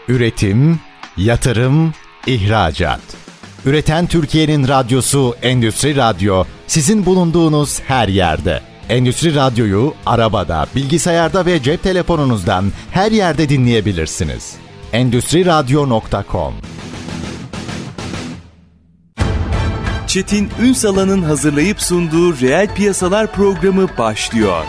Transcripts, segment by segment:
Üretim, yatırım, ihracat. Üreten Türkiye'nin radyosu Endüstri Radyo, sizin bulunduğunuz her yerde. Endüstri Radyo'yu arabada, bilgisayarda ve cep telefonunuzdan her yerde dinleyebilirsiniz. Endüstriradyo.com. Çetin Ünsal'ın hazırlayıp sunduğu Reel Piyasalar programı başlıyor.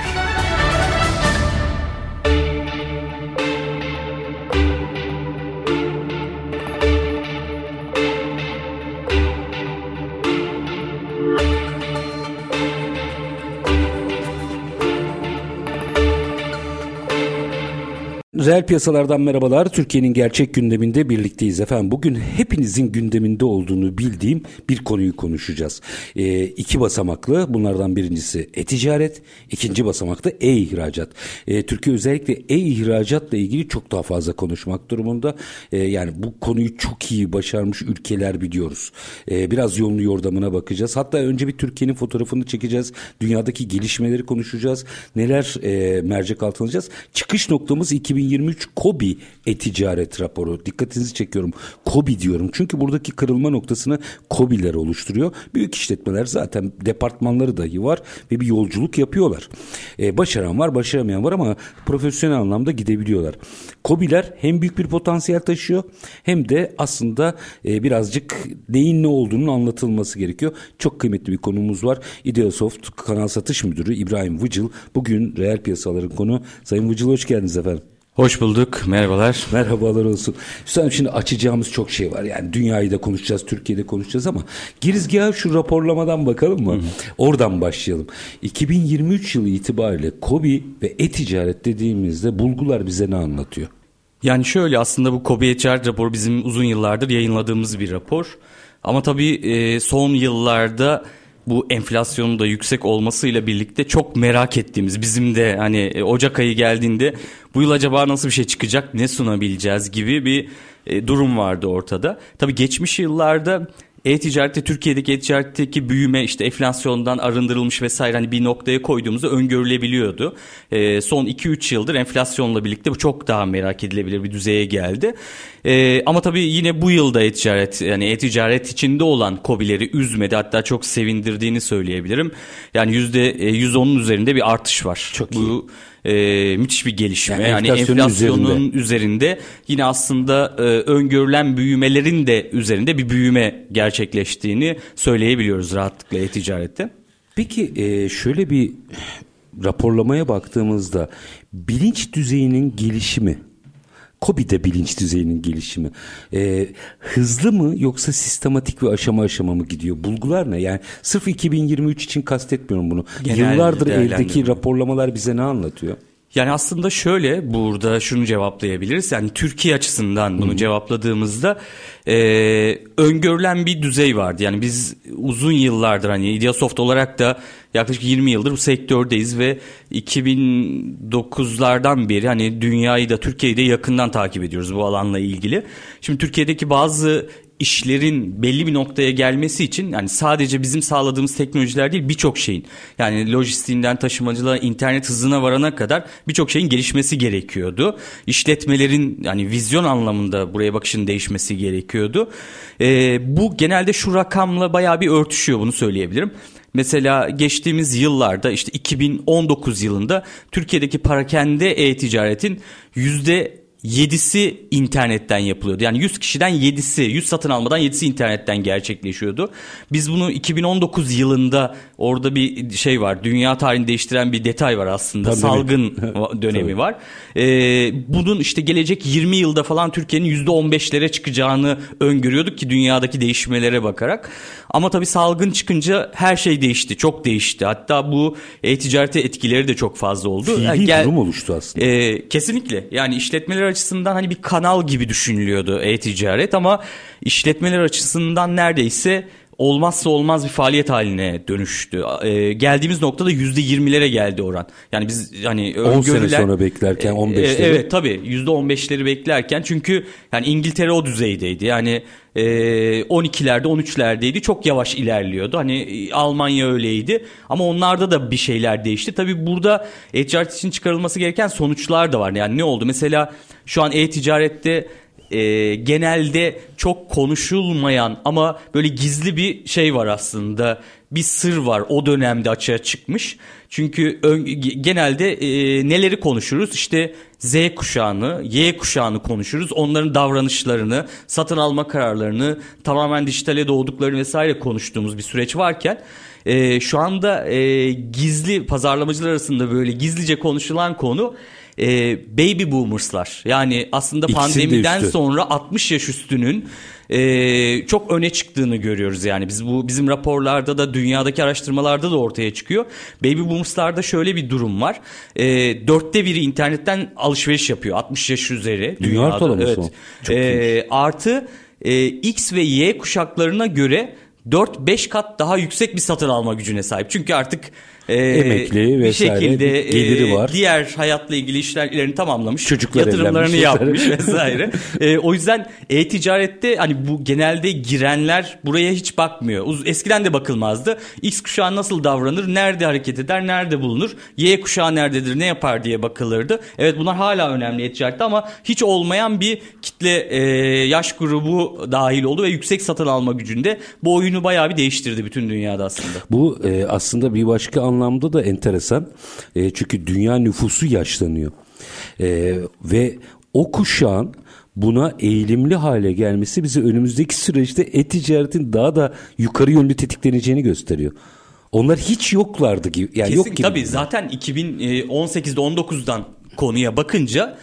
Reel piyasalardan merhabalar. Türkiye'nin gerçek gündeminde birlikteyiz efendim. Bugün hepinizin gündeminde olduğunu bildiğim bir konuyu konuşacağız. İki basamaklı. Bunlardan birincisi e-ticaret, ikinci basamakta e-ihracat. Türkiye özellikle e-ihracatla ilgili çok daha fazla konuşmak durumunda. Yani bu konuyu çok iyi başarmış ülkeler biliyoruz. Biraz yolunu yordamına bakacağız. Hatta önce bir Türkiye'nin fotoğrafını çekeceğiz. Dünyadaki gelişmeleri konuşacağız. Neler mercek altına alacağız. Çıkış noktamız 2023 KOBİ e-ticaret raporu. Dikkatinizi çekiyorum. KOBİ diyorum. Çünkü buradaki kırılma noktasını KOBİ'ler oluşturuyor. Büyük işletmeler zaten departmanları dahi var ve bir yolculuk yapıyorlar. Başaran var, başaramayan var ama profesyonel anlamda gidebiliyorlar. KOBİ'ler hem büyük bir potansiyel taşıyor hem de aslında birazcık neyin ne olduğunun anlatılması gerekiyor. Çok kıymetli bir konumuz var. Ideasoft Kanal Satış Müdürü İbrahim Vıcıl. Bugün reel piyasaların konu. Sayın Vıcıl hoş geldiniz efendim. Hoş bulduk. Merhabalar. Merhabalar olsun. Üstelik şimdi açacağımız çok şey var. Yani dünyayı da konuşacağız, Türkiye'de konuşacağız ama girizgaha şu raporlamadan bakalım mı? Hı hı. Oradan başlayalım. 2023 yılı itibariyle KOBİ ve e-ticaret dediğimizde bulgular bize ne anlatıyor? Yani şöyle, aslında bu KOBİ e-ticaret raporu bizim uzun yıllardır yayınladığımız bir rapor. Ama tabii son yıllarda bu enflasyonun da yüksek olmasıyla birlikte çok merak ettiğimiz, bizim de hani Ocak ayı geldiğinde bu yıl acaba nasıl bir şey çıkacak, ne sunabileceğiz gibi bir durum vardı ortada. Tabii geçmiş yıllarda e-ticarette, Türkiye'deki e-ticaretteki büyüme işte enflasyondan arındırılmış vesaire, hani bir noktaya koyduğumuzda öngörülebiliyordu. Son 2-3 yıldır enflasyonla birlikte bu çok daha merak edilebilir bir düzeye geldi. Ama tabii yine bu yılda e-ticaret, yani e-ticaret içinde olan KOBİ'leri üzmedi, hatta çok sevindirdiğini söyleyebilirim. Yani %110'un üzerinde bir artış var. Çok bu müthiş bir gelişme. Yani enflasyonun üzerinde yine aslında öngörülen büyümelerin de üzerinde bir büyüme gerçekleştiğini söyleyebiliyoruz rahatlıkla e-ticarette. Peki şöyle bir raporlamaya baktığımızda bilinç düzeyinin gelişimi, KOBİ'de bilinç düzeyinin gelişimi hızlı mı yoksa sistematik ve aşama aşama mı gidiyor? Bulgular ne? Yani sırf 2023 için kastetmiyorum bunu. Yıllardır eldeki raporlamalar bize ne anlatıyor? Yani aslında şöyle, burada şunu cevaplayabiliriz. Yani Türkiye açısından bunu cevapladığımızda öngörülen bir düzey vardı. Yani biz uzun yıllardır hani Ideasoft olarak da yaklaşık 20 yıldır bu sektördeyiz ve 2009'lardan beri hani dünyayı da Türkiye'yi de yakından takip ediyoruz bu alanla ilgili. Şimdi Türkiye'deki bazı işlerin belli bir noktaya gelmesi için yani sadece bizim sağladığımız teknolojiler değil, birçok şeyin, yani lojistiğinden taşımacılığa, internet hızına varana kadar birçok şeyin gelişmesi gerekiyordu. İşletmelerin yani vizyon anlamında buraya bakışın değişmesi gerekiyordu. Bu genelde şu rakamla bayağı bir örtüşüyor, bunu söyleyebilirim. Mesela geçtiğimiz yıllarda işte 2019 yılında Türkiye'deki parakende e-ticaretin %7'si internetten yapılıyordu. Yani 100 kişiden 7'si, 100 satın almadan 7'si internetten gerçekleşiyordu. Biz bunu 2019 yılında, orada bir şey var, dünya tarihini değiştiren bir detay var aslında. Tabii. Salgın dönemi var. Bunun işte gelecek 20 yılda falan Türkiye'nin %15'lere çıkacağını öngörüyorduk ki dünyadaki değişmelere bakarak. Ama tabii salgın çıkınca her şey değişti, çok değişti. Hatta bu e-ticarete etkileri de çok fazla oldu. Fiili durum oluştu aslında. Kesinlikle. Yani işletmeler açısından hani bir kanal gibi düşünülüyordu e-ticaret ama işletmeler açısından neredeyse olmazsa olmaz bir faaliyet haline dönüştü. Geldiğimiz noktada %20'lere geldi oran. Yani biz hani 10 sene sonra beklerken 15'leri. Evet tabii %15'leri beklerken, çünkü yani İngiltere o düzeydeydi. Yani 12'lerde 13'lerdeydi. Çok yavaş ilerliyordu. Hani Almanya öyleydi. Ama onlarda da bir şeyler değişti. Tabii burada e-ticaret için çıkarılması gereken sonuçlar da var. Yani ne oldu? Mesela şu an e-ticarette genelde çok konuşulmayan ama böyle gizli bir şey var aslında. Bir sır var o dönemde açığa çıkmış. Çünkü genelde neleri konuşuruz? İşte Z kuşağını, Y kuşağını konuşuruz. Onların davranışlarını, satın alma kararlarını, tamamen dijitale doğduklarını vesaire konuştuğumuz bir süreç varken şu anda gizli pazarlamacılar arasında böyle gizlice konuşulan konu baby boomers'lar. Yani aslında pandemiden sonra 60 yaş üstünün çok öne çıktığını görüyoruz. Yani bizim raporlarda da dünyadaki araştırmalarda da ortaya çıkıyor. Baby boomers'larda şöyle bir durum var. 1/4 internetten alışveriş yapıyor 60 yaş üzeri dünya ortalaması. Evet. Artı X ve Y kuşaklarına göre 4-5 kat daha yüksek bir satın alma gücüne sahip. Çünkü artık emekli bir şekilde geliri var. Diğer hayatla ilgili işlerini tamamlamış. Çocuklar yatırımlarını yapmış vesaire. O yüzden e-ticarette hani bu genelde girenler buraya hiç bakmıyor. Eskiden de bakılmazdı. X kuşağı nasıl davranır, nerede hareket eder, nerede bulunur, Y kuşağı nerededir, ne yapar diye bakılırdı. Evet, bunlar hala önemli e-ticarette ama hiç olmayan bir kitle yaş grubu dahil oldu ve yüksek satın alma gücünde bu oyunu bayağı bir değiştirdi bütün dünyada aslında. Bu aslında bir başka anlamda da enteresan. Çünkü dünya nüfusu yaşlanıyor. Ve o kuşağın buna eğilimli hale gelmesi bize önümüzdeki süreçte e-ticaretin daha da yukarı yönlü tetikleneceğini gösteriyor. Onlar hiç yoklardı gibi. Yani kesin, yok gibi. Tabii zaten 2018'de 19'dan konuya bakınca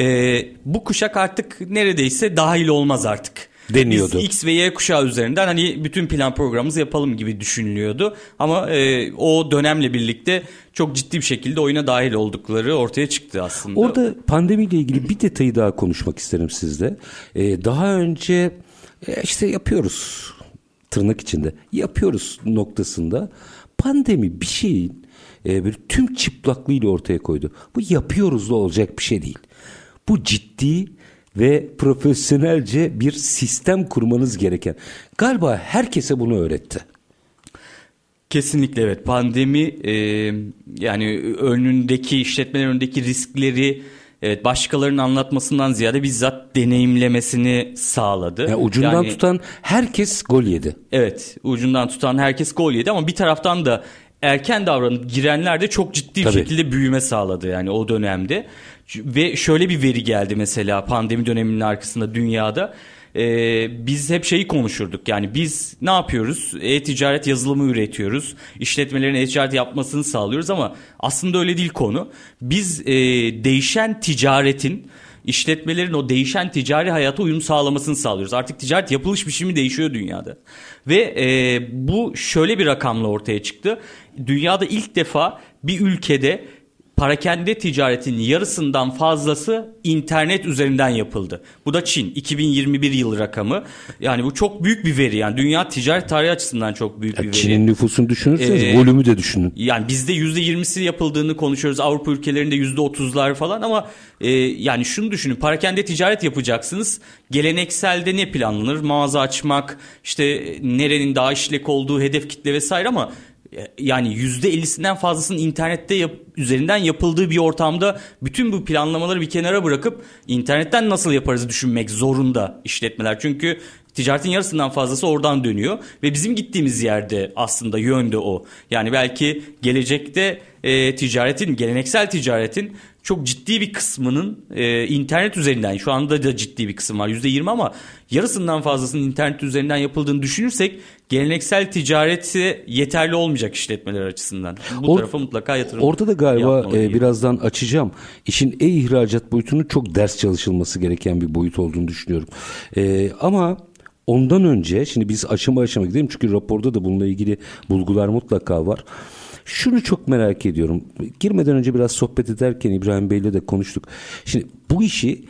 bu kuşak artık neredeyse dahil olmaz artık deniyordu. Biz X ve Y kuşağı üzerinden hani bütün plan programımızı yapalım gibi düşünülüyordu. Ama o dönemle birlikte çok ciddi bir şekilde oyuna dahil oldukları ortaya çıktı aslında. Orada pandemiyle ilgili bir detayı daha konuşmak isterim sizle. Daha önce işte yapıyoruz, tırnak içinde yapıyoruz noktasında pandemi bir şeyin böyle tüm çıplaklığıyla ortaya koydu. Bu yapıyoruzla olacak bir şey değil. Bu ciddi ve profesyonelce bir sistem kurmanız gereken. Galiba herkese bunu öğretti. Kesinlikle evet. Pandemi yani önündeki işletmelerin önündeki riskleri başkalarının anlatmasından ziyade bizzat deneyimlemesini sağladı. Yani ucundan tutan herkes gol yedi. Evet, ucundan tutan herkes gol yedi ama bir taraftan da erken davranıp girenler de çok ciddi bir şekilde büyüme sağladı yani o dönemde. Ve şöyle bir veri geldi mesela pandemi döneminin arkasında dünyada. Biz hep şeyi konuşurduk, yani biz ne yapıyoruz? E-ticaret yazılımı üretiyoruz. İşletmelerin e-ticaret yapmasını sağlıyoruz ama aslında öyle değil konu. Biz değişen ticaretin, işletmelerin o değişen ticari hayata uyum sağlamasını sağlıyoruz. Artık ticaret yapılış biçimi değişiyor dünyada. Ve bu şöyle bir rakamla ortaya çıktı. Dünyada ilk defa bir ülkede parakende ticaretin yarısından fazlası internet üzerinden yapıldı. Bu da Çin. 2021 yılı rakamı. Yani bu çok büyük bir veri. Yani dünya ticaret tarihi açısından çok büyük bir veri. Çin'in nüfusunu düşünürseniz volümü de düşünün. Yani bizde %20'si yapıldığını konuşuyoruz. Avrupa ülkelerinde %30'lar falan ama yani şunu düşünün. Parakende ticaret yapacaksınız. Gelenekselde ne planlanır? Mağaza açmak, işte nerenin daha işlek olduğu, hedef kitle vesaire ama yani %50'sinden fazlasının internette üzerinden yapıldığı bir ortamda bütün bu planlamaları bir kenara bırakıp internetten nasıl yaparız düşünmek zorunda işletmeler. Çünkü ticaretin yarısından fazlası oradan dönüyor ve bizim gittiğimiz yerde aslında yön de o. Yani belki gelecekte ticaretin, geleneksel ticaretin çok ciddi bir kısmının internet üzerinden, şu anda da ciddi bir kısım var %20 ama yarısından fazlasının internet üzerinden yapıldığını düşünürsek geleneksel ticareti yeterli olmayacak işletmeler açısından. Bu tarafa mutlaka yatırım. Orada da galiba birazdan açacağım. İşin ihracat boyutunun çok ders çalışılması gereken bir boyut olduğunu düşünüyorum. Ama ondan önce şimdi biz aşama aşama gidelim çünkü raporda da bununla ilgili bulgular mutlaka var. Şunu çok merak ediyorum. Girmeden önce biraz sohbet ederken İbrahim Bey'le de konuştuk. Şimdi bu işi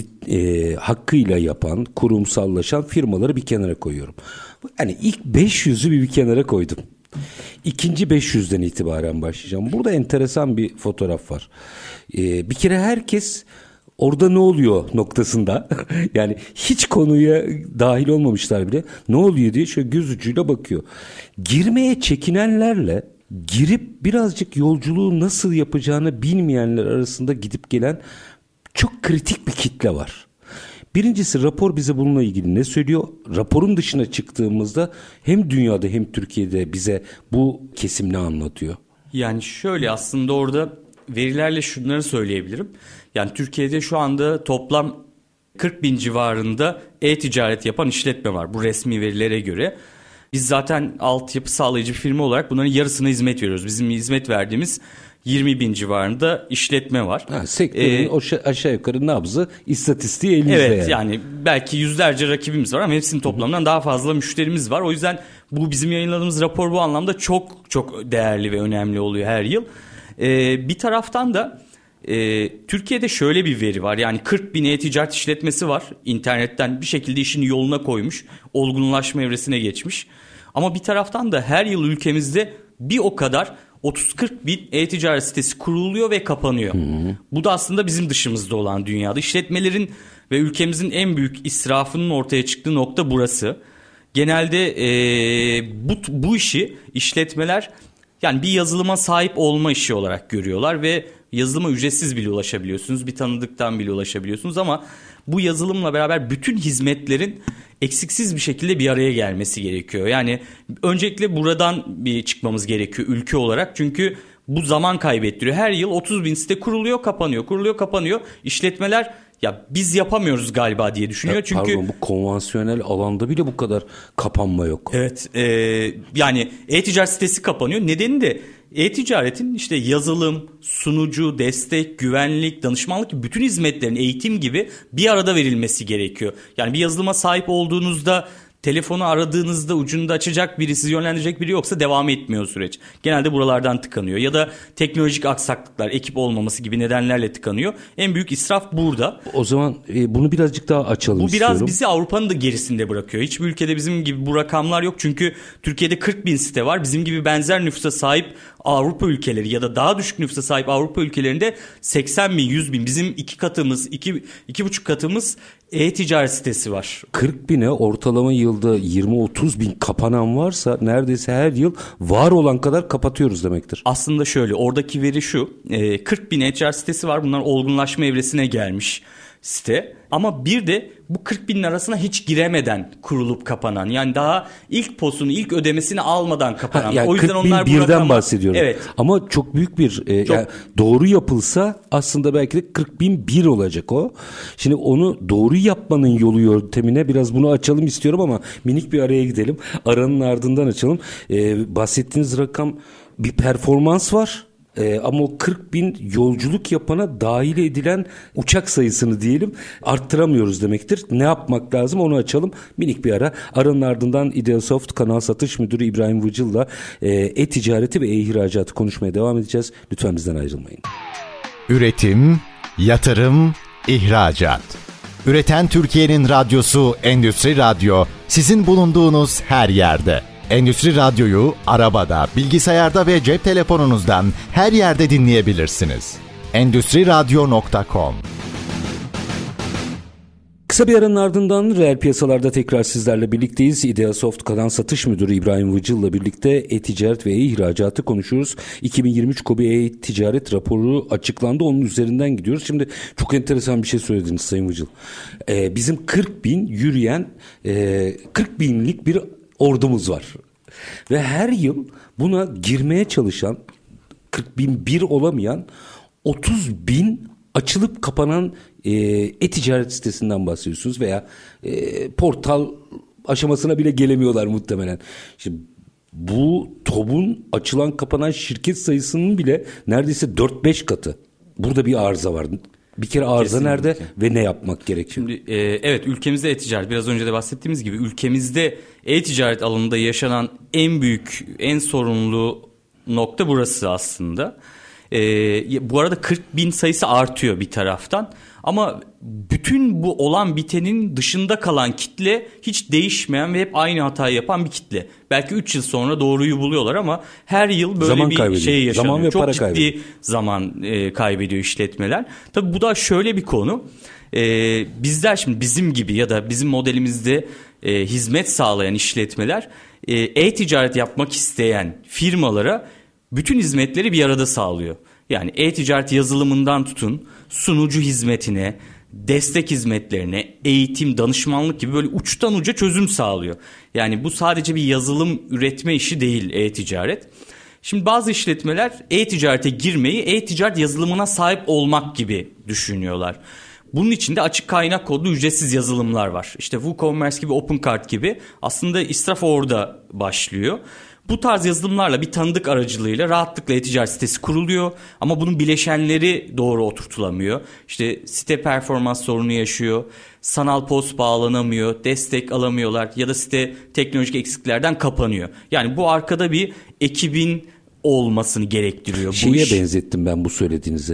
hakkıyla yapan, kurumsallaşan firmaları bir kenara koyuyorum. Yani ilk 500'ü bir kenara koydum. İkinci 500'den itibaren başlayacağım. Burada enteresan bir fotoğraf var. Bir kere herkes orada ne oluyor noktasında yani hiç konuya dahil olmamışlar bile ne oluyor diye şöyle göz ucuyla bakıyor. Girmeye çekinenlerle girip birazcık yolculuğu nasıl yapacağını bilmeyenler arasında gidip gelen çok kritik bir kitle var. Birincisi, rapor bize bununla ilgili ne söylüyor? Raporun dışına çıktığımızda hem dünyada hem Türkiye'de bize bu kesim ne anlatıyor? Yani şöyle, aslında orada verilerle şunları söyleyebilirim. Yani Türkiye'de şu anda toplam 40 bin civarında e-ticaret yapan işletme var bu resmi verilere göre. Biz zaten altyapı sağlayıcı bir firma olarak bunların yarısına hizmet veriyoruz. Bizim hizmet verdiğimiz 20 bin civarında işletme var. Sektörün aşağı yukarı nabzı, istatistiği elimizde. Evet, yani belki yüzlerce rakibimiz var ama hepsinin toplamından daha fazla müşterimiz var. O yüzden bu bizim yayınladığımız rapor bu anlamda çok çok değerli ve önemli oluyor her yıl. Bir taraftan da Türkiye'de şöyle bir veri var. Yani 40 bin e-ticaret işletmesi var. İnternetten bir şekilde işini yoluna koymuş. Olgunlaşma evresine geçmiş. Ama bir taraftan da her yıl ülkemizde bir o kadar 30-40 bin e-ticaret sitesi kuruluyor ve kapanıyor. Bu da aslında bizim dışımızda olan dünyada. İşletmelerin ve ülkemizin en büyük israfının ortaya çıktığı nokta burası. Genelde bu işi işletmeler yani bir yazılıma sahip olma işi olarak görüyorlar ve yazılıma ücretsiz bile ulaşabiliyorsunuz. Bir tanıdıktan bile ulaşabiliyorsunuz ama bu yazılımla beraber bütün hizmetlerin eksiksiz bir şekilde bir araya gelmesi gerekiyor. Yani öncelikle buradan bir çıkmamız gerekiyor ülke olarak. Çünkü bu zaman kaybettiriyor. Her yıl 30 bin site kuruluyor, kapanıyor, kuruluyor, kapanıyor. İşletmeler ya biz yapamıyoruz galiba diye düşünüyor. Çünkü pardon, bu konvansiyonel alanda bile bu kadar kapanma yok. Evet, yani e-ticaret sitesi kapanıyor. Nedeni de e-ticaretin işte yazılım, sunucu, destek, güvenlik, danışmanlık gibi bütün hizmetlerin, eğitim gibi bir arada verilmesi gerekiyor. Yani bir yazılıma sahip olduğunuzda, telefonu aradığınızda ucunda açacak biri, sizi yönlendirecek biri yoksa devam etmiyor süreç. Genelde buralardan tıkanıyor ya da teknolojik aksaklıklar, ekip olmaması gibi nedenlerle tıkanıyor. En büyük israf burada. O zaman bunu birazcık daha açalım istiyorum. Bu biraz bizi Avrupa'nın da gerisinde bırakıyor. Hiçbir ülkede bizim gibi bu rakamlar yok. Çünkü Türkiye'de 40 bin site var. Bizim gibi benzer nüfusa sahip Avrupa ülkeleri ya da daha düşük nüfusa sahip Avrupa ülkelerinde 80 bin, 100 bin. Bizim 2,5 katımız e-ticaret sitesi var. 40 bine ortalama yılda 20-30 bin kapanan varsa neredeyse her yıl var olan kadar kapatıyoruz demektir. Aslında şöyle, oradaki veri şu: 40 bin e-ticaret sitesi var. Bunlar olgunlaşma evresine gelmiş site. Ama bir de bu 40 binin arasına hiç giremeden kurulup kapanan, yani daha ilk posunu, ilk ödemesini almadan kapanan. Yani o yüzden 40 bin onlar birden bahsediyorum. Evet. Ama çok büyük bir yani doğru yapılsa aslında belki de 40 bin bir olacak o. Şimdi onu doğru yapmanın yolu yöntemine biraz bunu açalım istiyorum ama minik bir araya gidelim. Aranın ardından açalım. Bahsettiğiniz rakam bir performans var. Ama o 40 bin yolculuk yapana dahil edilen uçak sayısını diyelim arttıramıyoruz demektir. Ne yapmak lazım onu açalım. Minik bir ara. Aranın ardından Ideasoft Kanal Satış Müdürü İbrahim Vıcıl'la e-ticareti ve e-ihracatı konuşmaya devam edeceğiz. Lütfen bizden ayrılmayın. Üretim, yatırım, ihracat. Üreten Türkiye'nin radyosu Endüstri Radyo, sizin bulunduğunuz her yerde. Endüstri Radyo'yu arabada, bilgisayarda ve cep telefonunuzdan her yerde dinleyebilirsiniz. Endüstriradyo.com. Kısa bir aranın ardından reel piyasalarda tekrar sizlerle birlikteyiz. Ideasoft Kanal Satış Müdürü İbrahim Vıcıl'la birlikte e-ticaret ve e-ihracatı konuşuyoruz. 2023 KOBİ e-ticaret raporu açıklandı. Onun üzerinden gidiyoruz. Şimdi çok enteresan bir şey söylediniz Sayın Vıcıl. Bizim 40 bin yürüyen 40 binlik bir ordumuz var. Ve her yıl buna girmeye çalışan 40 bin bir olamayan 30 bin açılıp kapanan e-ticaret sitesinden bahsediyorsunuz veya portal aşamasına bile gelemiyorlar muhtemelen. Şimdi bu TOB'un açılan kapanan şirket sayısının bile neredeyse 4-5 katı. Burada bir arıza var. Bir kere arıza kesinlikle nerede ve ne yapmak gerekiyor? Şimdi evet, ülkemizde e-ticaret, biraz önce de bahsettiğimiz gibi ülkemizde e-ticaret alanında yaşanan en büyük, en sorunlu nokta burası aslında. Bu arada 40 bin sayısı artıyor bir taraftan ama bütün bu olan bitenin dışında kalan kitle hiç değişmeyen ve hep aynı hatayı yapan bir kitle. Belki 3 yıl sonra doğruyu buluyorlar ama her yıl böyle zaman bir kaybediyor. Şey yaşanıyor. Zaman ve çok para ciddi kaybediyor. Zaman kaybediyor işletmeler. Tabii bu da şöyle bir konu. Bizler şimdi bizim gibi ya da bizim modelimizde hizmet sağlayan işletmeler e-ticaret yapmak isteyen firmalara bütün hizmetleri bir arada sağlıyor. Yani e-ticaret yazılımından tutun, sunucu hizmetine, destek hizmetlerine, eğitim, danışmanlık gibi böyle uçtan uca çözüm sağlıyor. Yani bu sadece bir yazılım üretme işi değil e-ticaret. Şimdi bazı işletmeler e-ticarete girmeyi e-ticaret yazılımına sahip olmak gibi düşünüyorlar. Bunun için de açık kaynak kodlu ücretsiz yazılımlar var. İşte WooCommerce gibi, OpenCart gibi aslında israf orada başlıyor. Bu tarz yazılımlarla bir tanıdık aracılığıyla rahatlıkla e-ticaret sitesi kuruluyor. Ama bunun bileşenleri doğru oturtulamıyor. İşte site performans sorunu yaşıyor. Sanal post bağlanamıyor. Destek alamıyorlar. Ya da site teknolojik eksiklerden kapanıyor. Yani bu arkada bir ekibin olmasını gerektiriyor. Şeye benzettim ben bu söylediğinizi.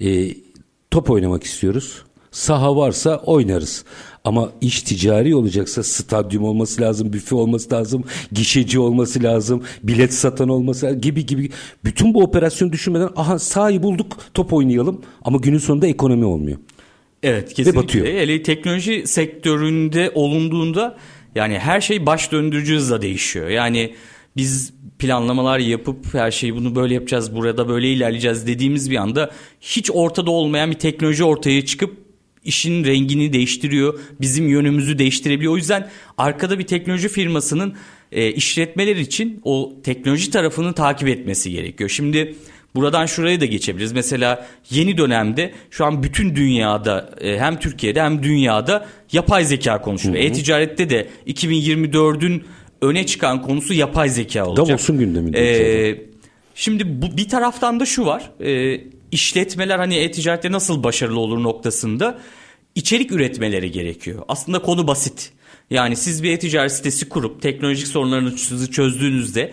Top oynamak istiyoruz. Saha varsa oynarız. Ama iş ticari olacaksa stadyum olması lazım, büfe olması lazım, gişeci olması lazım, bilet satan olması lazım gibi. Bütün bu operasyonu düşünmeden sahayı bulduk, top oynayalım ama günün sonunda ekonomi olmuyor. Evet, kesinlikle. Hele teknoloji sektöründe olunduğunda yani her şey baş döndürücü hızla değişiyor. Yani biz planlamalar yapıp her şeyi bunu böyle yapacağız, burada böyle ilerleyeceğiz dediğimiz bir anda hiç ortada olmayan bir teknoloji ortaya çıkıp işin rengini değiştiriyor, bizim yönümüzü değiştirebiliyor. O yüzden arkada bir teknoloji firmasının işletmeler için o teknoloji tarafını takip etmesi gerekiyor. Şimdi buradan şuraya da geçebiliriz. Mesela yeni dönemde şu an bütün dünyada hem Türkiye'de hem dünyada yapay zeka konuşuluyor. E-ticarette de 2024'ün öne çıkan konusu yapay zeka olacak. Davos'un gündeminde. Şimdi bir taraftan da şu var. İşletmeler hani e-ticarette nasıl başarılı olur noktasında içerik üretmeleri gerekiyor. Aslında konu basit. Yani siz bir e-ticaret sitesi kurup teknolojik sorunlarınızı çözdüğünüzde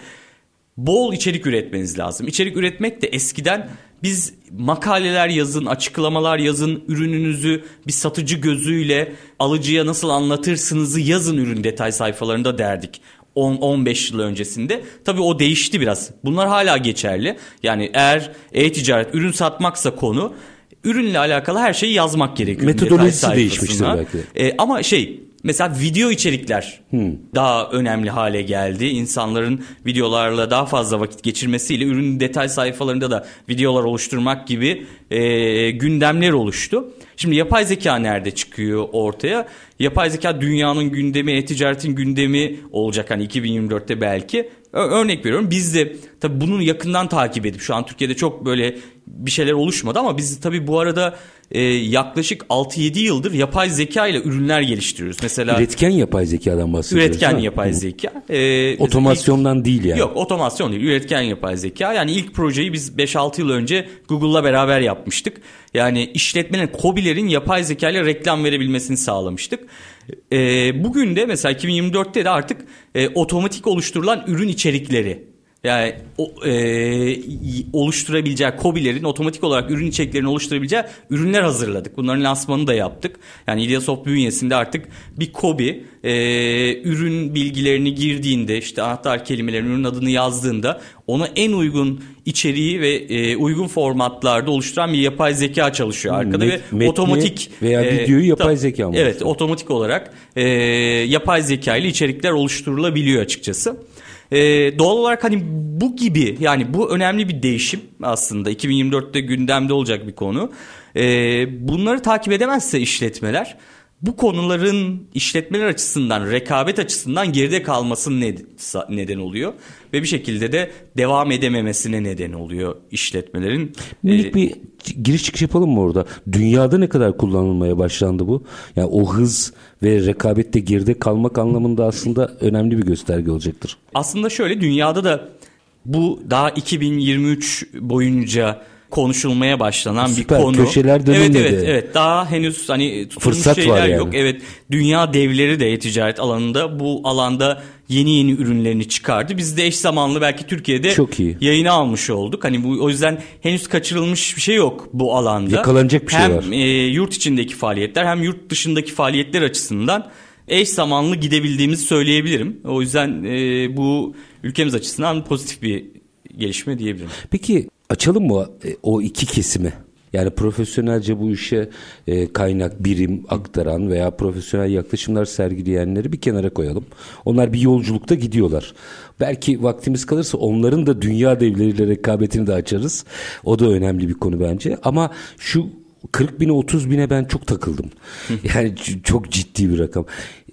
bol içerik üretmeniz lazım. İçerik üretmek de eskiden biz makaleler yazın, açıklamalar yazın, ürününüzü bir satıcı gözüyle alıcıya nasıl anlatırsınızı yazın ürün detay sayfalarında derdik. 10-15 yıl öncesinde. Tabii o değişti biraz. Bunlar hala geçerli. Yani eğer e-ticaret ürün satmaksa konu, ürünle alakalı her şeyi yazmak gerekiyor. Metodolojisi değişmiştir belki. Ama mesela video içerikler daha önemli hale geldi. İnsanların videolarla daha fazla vakit geçirmesiyle ürün detay sayfalarında da videolar oluşturmak gibi gündemler oluştu. Şimdi yapay zeka nerede çıkıyor ortaya? Yapay zeka dünyanın gündemi, e-ticaretin gündemi olacak hani 2024'te belki. Örnek veriyorum, biz de tabii bunu yakından takip edip şu an Türkiye'de çok böyle bir şeyler oluşmadı ama biz tabii bu arada yaklaşık 6-7 yıldır yapay zeka ile ürünler geliştiriyoruz. Mesela üretken yapay zekadan bahsediyoruz. Üretken yapay zeka. Otomasyondan değil yani. Yok, otomasyon değil. Üretken yapay zeka. Yani ilk projeyi biz 5-6 yıl önce Google'la beraber yapmıştık. Yani işletmenin, KOBİ'lerin yapay zeka ile reklam verebilmesini sağlamıştık. Bugün de mesela 2024'te de artık otomatik oluşturulan ürün içerikleri, yani oluşturabileceği KOBİ'lerin otomatik olarak ürün içeriklerini oluşturabileceği ürünler hazırladık. Bunların lansmanını da yaptık. Yani İdeasoft bünyesinde artık bir KOBİ ürün bilgilerini girdiğinde, işte anahtar kelimelerin, ürün adını yazdığında ona en uygun içeriği ve uygun formatlarda oluşturan bir yapay zeka çalışıyor arkada ve otomatik veya videoyu yapay zeka mı? Evet, otomatik olarak yapay zeka ile içerikler oluşturulabiliyor açıkçası. Doğal olarak hani bu gibi, yani bu önemli bir değişim aslında 2024'te gündemde olacak bir konu. Bunları takip edemezse işletmeler, bu konuların işletmeler açısından, rekabet açısından geride kalmasının neden oluyor. Ve bir şekilde de devam edememesine neden oluyor işletmelerin. Minik bir giriş çıkış yapalım mı orada? Dünyada ne kadar kullanılmaya başlandı bu? Yani o hız ve rekabette geride kalmak anlamında aslında önemli bir gösterge olacaktır. Aslında şöyle, dünyada da bu daha 2023 boyunca konuşulmaya başlanan süper, bir konu. Köşeler dönülmedi. Evet. Daha henüz hani tutulmuş fırsat şeyler var yani. yok. Evet. Dünya devleri de e-ticaret alanında bu alanda yeni ürünlerini çıkardı. Biz de eş zamanlı belki Türkiye'de yayına almış olduk. Hani bu, o yüzden henüz kaçırılmış bir şey yok bu alanda. Yakalanacak bir şey var. Hem yurt içindeki faaliyetler hem yurt dışındaki faaliyetler açısından eş zamanlı gidebildiğimizi söyleyebilirim. O yüzden bu ülkemiz açısından pozitif bir gelişme diyebilirim. Peki açalım mı o iki kesimi? Yani profesyonelce bu işe kaynak, birim aktaran veya profesyonel yaklaşımlar sergileyenleri bir kenara koyalım. Onlar bir yolculukta gidiyorlar. Belki vaktimiz kalırsa onların da dünya devleriyle rekabetini de açarız. O da önemli bir konu bence. Ama şu 40 bine 30 bine ben çok takıldım. Yani çok ciddi bir rakam.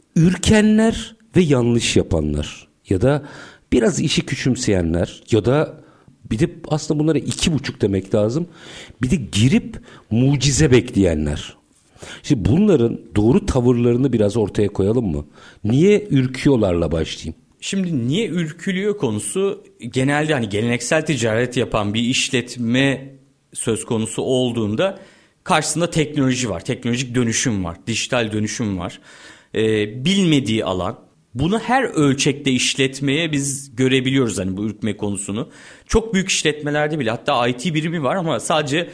Ürkenler ve yanlış yapanlar ya da biraz işi küçümseyenler ya da bir de aslında bunlara 2,5 demek lazım. Bir de girip mucize bekleyenler. Şimdi bunların doğru tavırlarını biraz ortaya koyalım mı? Niye ürküyorlarla başlayayım? Şimdi niye ürkülüyor konusu genelde hani geleneksel ticaret yapan bir işletme söz konusu olduğunda karşısında teknoloji var, teknolojik dönüşüm var, dijital dönüşüm var. Bilmediği alan. Bunu her ölçekte işletmeye biz görebiliyoruz hani bu ürkme konusunu. Çok büyük işletmelerde bile hatta IT birimi var ama sadece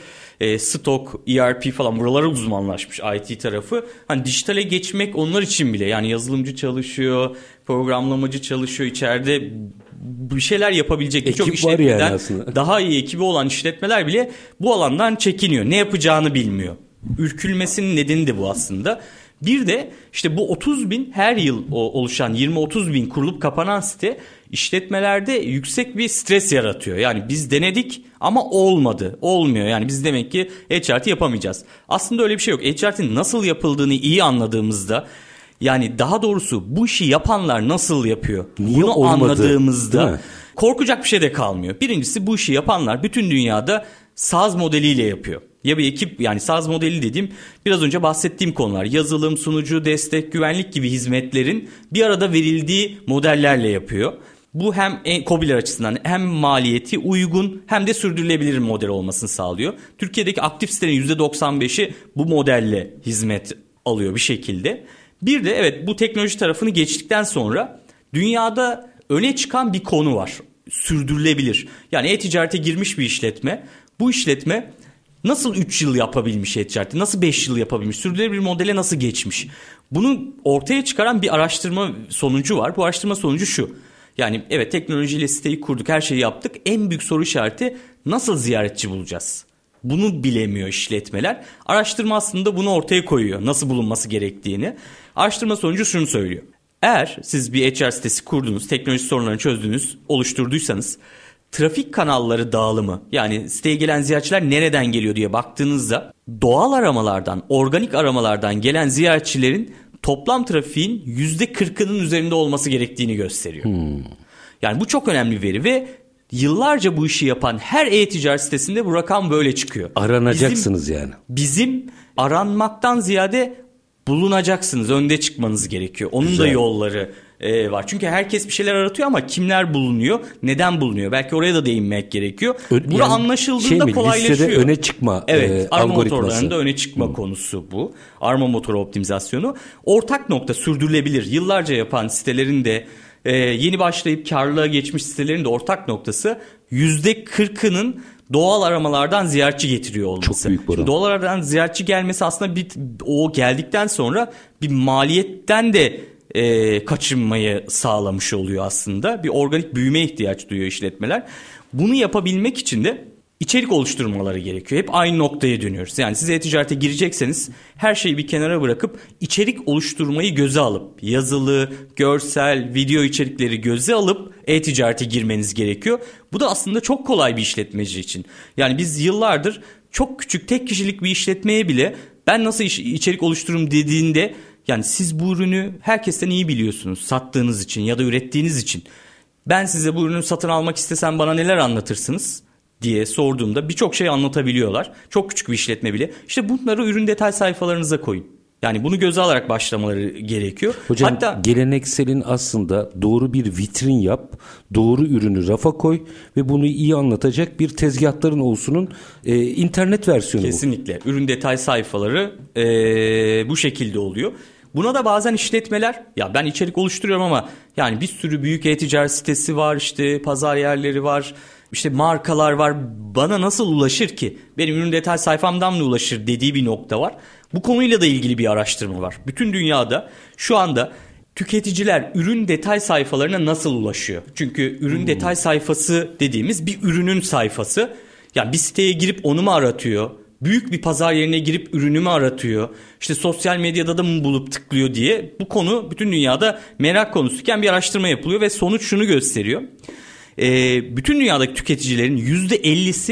stok, ERP falan buralara uzmanlaşmış IT tarafı. Hani dijitale geçmek onlar için bile yani yazılımcı çalışıyor, programlamacı çalışıyor içeride bir şeyler yapabilecek birçok işletmeden yani daha iyi ekibi olan işletmeler bile bu alandan çekiniyor. Ne yapacağını bilmiyor. Ürkülmesinin nedeni de bu aslında. Bir de işte bu 30 bin her yıl oluşan 20-30 bin kurulup kapanan site işletmelerde yüksek bir stres yaratıyor. Yani biz denedik ama olmadı, olmuyor. Yani biz demek ki HRT yapamayacağız. Aslında öyle bir şey yok. HRT'nin nasıl yapıldığını iyi anladığımızda yani daha doğrusu bu işi yapanlar nasıl yapıyor? Niye bunu olmadı, anladığımızda korkacak bir şey de kalmıyor. Birincisi bu işi yapanlar bütün dünyada SaaS modeliyle yapıyor. Ya bir ekip yani SaaS modeli dediğim biraz önce bahsettiğim konular yazılım, sunucu, destek, güvenlik gibi hizmetlerin bir arada verildiği modellerle yapıyor. Bu hem KOBİ'ler açısından hem maliyeti uygun hem de sürdürülebilir model olmasını sağlıyor. Türkiye'deki aktif sitelerin %95'i bu modelle hizmet alıyor bir şekilde. Bir de evet bu teknoloji tarafını geçtikten sonra dünyada öne çıkan bir konu var. Sürdürülebilir. Yani e-ticarete girmiş bir işletme. Bu işletme nasıl 3 yıl yapabilmiş e-ticareti? Nasıl 5 yıl yapabilmiş? Sürdürülebilir modele nasıl geçmiş? Bunu ortaya çıkaran bir araştırma sonucu var. Bu araştırma sonucu şu. Yani evet teknolojiyle siteyi kurduk, her şeyi yaptık. En büyük soru işareti nasıl ziyaretçi bulacağız? Bunu bilemiyor işletmeler. Araştırma aslında bunu ortaya koyuyor. Nasıl bulunması gerektiğini. Araştırma sonucu şunu söylüyor. Eğer siz bir HR sitesi kurdunuz, teknoloji sorunlarını çözdünüz, oluşturduysanız trafik kanalları dağılımı yani siteye gelen ziyaretçiler nereden geliyor diye baktığınızda doğal aramalardan, organik aramalardan gelen ziyaretçilerin toplam trafiğin %40'ının üzerinde olması gerektiğini gösteriyor. Yani bu çok önemli bir veri ve yıllarca bu işi yapan her e-ticaret sitesinde bu rakam böyle çıkıyor. Aranacaksınız yani. Bizim aranmaktan ziyade bulunacaksınız, önde çıkmanız gerekiyor. Onun Güzel. Da yolları var. Çünkü herkes bir şeyler aratıyor ama kimler bulunuyor, neden bulunuyor? Belki oraya da değinmek gerekiyor. Bura yani anlaşıldığında kolaylaşıyor. Listede öne çıkma evet, arama motorlarında öne çıkma konusu bu. Arama motoru optimizasyonu. Ortak nokta sürdürülebilir. Yıllarca yapan sitelerin de yeni başlayıp karlılığa geçmiş sitelerin de ortak noktası %40'ının doğal aramalardan ziyaretçi getiriyor olması. Çok büyük bu. Doğal aramalardan ziyaretçi gelmesi aslında o geldikten sonra bir maliyetten de kaçınmayı sağlamış oluyor aslında. Bir organik büyümeye ihtiyaç duyuyor işletmeler. Bunu yapabilmek için de içerik oluşturmaları gerekiyor. Hep aynı noktaya dönüyoruz. Yani siz e-ticarete girecekseniz her şeyi bir kenara bırakıp içerik oluşturmayı göze alıp yazılı, görsel, video içerikleri göze alıp e-ticarete girmeniz gerekiyor. Bu da aslında çok kolay bir işletmeci için. Yani biz yıllardır çok küçük tek kişilik bir işletmeye bile ben nasıl içerik oluştururum dediğinde yani siz bu ürünü herkesten iyi biliyorsunuz sattığınız için ya da ürettiğiniz için. Ben size bu ürünü satın almak istesem bana neler anlatırsınız diye sorduğumda birçok şey anlatabiliyorlar. Çok küçük bir işletme bile. İşte bunları ürün detay sayfalarınıza koyun. Yani bunu göze alarak başlamaları gerekiyor. Hocam hatta gelenekselin aslında doğru bir vitrin yap, doğru ürünü rafa koy ve bunu iyi anlatacak bir tezgahların olsunun internet versiyonu. Kesinlikle. Ürün detay sayfaları bu şekilde oluyor. Buna da bazen işletmeler ya ben içerik oluşturuyorum ama yani bir sürü büyük e-ticaret sitesi var, işte pazar yerleri var, işte markalar var, bana nasıl ulaşır ki? Benim ürün detay sayfamdan mı ulaşır dediği bir nokta var. Bu konuyla da ilgili bir araştırma var. Bütün dünyada şu anda tüketiciler ürün detay sayfalarına nasıl ulaşıyor? Çünkü ürün detay sayfası dediğimiz bir ürünün sayfası. Yani bir siteye girip onu mu aratıyor? Büyük bir pazar yerine girip ürünümü aratıyor. İşte sosyal medyada da mı bulup tıklıyor diye bu konu bütün dünyada merak konusuyken bir araştırma yapılıyor ve sonuç şunu gösteriyor. Bütün dünyadaki tüketicilerin %50'si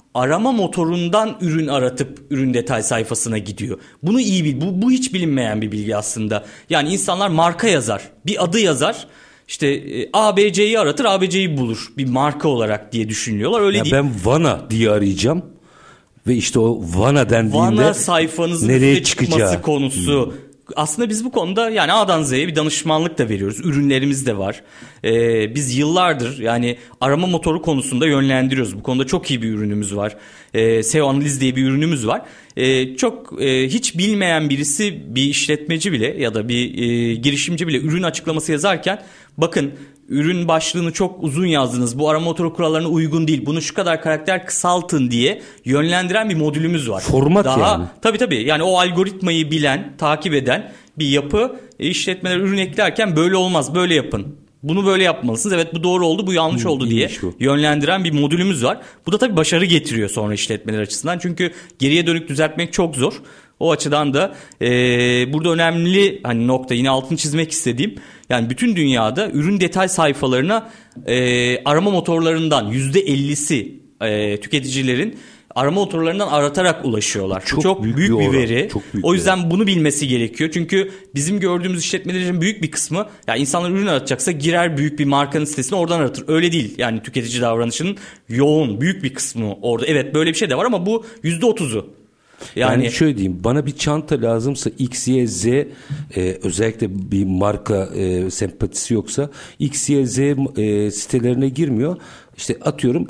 arama motorundan ürün aratıp ürün detay sayfasına gidiyor. Bunu iyi bil. Bu hiç bilinmeyen bir bilgi aslında. Yani insanlar marka yazar, bir adı yazar. İşte ABC'yi aratır, ABC'yi bulur bir marka olarak diye düşünüyorlar. Öyle değil. Ben Vana diye arayacağım ve işte o Vana dendiğinde Vana sayfanızın nereye çıkması çıkacağı konusu. Aslında biz bu konuda yani A'dan Z'ye bir danışmanlık da veriyoruz. Ürünlerimiz de var. Biz yıllardır yani arama motoru konusunda yönlendiriyoruz. Bu konuda çok iyi bir ürünümüz var. SEO analiz diye bir ürünümüz var. Çok hiç bilmeyen birisi, bir işletmeci bile ya da bir girişimci bile ürün açıklaması yazarken bakın ürün başlığını çok uzun yazdınız. Bu arama motoru kurallarına uygun değil. Bunu şu kadar karakter kısaltın diye yönlendiren bir modülümüz var. Format yani. Tabii. Yani o algoritmayı bilen, takip eden bir yapı. İşletmeler ürün eklerken böyle olmaz, böyle yapın. Bunu böyle yapmalısınız. Evet bu doğru oldu, bu yanlış oldu diye yönlendiren bir modülümüz var. Bu da tabii başarı getiriyor sonra işletmeler açısından. Çünkü geriye dönük düzeltmek çok zor. O açıdan da burada önemli hani nokta, yine altını çizmek istediğim, yani bütün dünyada ürün detay sayfalarına arama motorlarından %50'si tüketicilerin arama motorlarından aratarak ulaşıyorlar. Çok büyük bir veri. O yüzden bunu bilmesi gerekiyor. Çünkü bizim gördüğümüz işletmelerin büyük bir kısmı, yani insanlar ürün aratacaksa girer büyük bir markanın sitesine, oradan aratır. Öyle değil. Yani tüketici davranışının yoğun büyük bir kısmı orada. Evet böyle bir şey de var ama bu %30'u. Yani şöyle diyeyim, bana bir çanta lazımsa X, Y, Z, özellikle bir marka sempatisi yoksa X, Y, Z sitelerine girmiyor. İşte atıyorum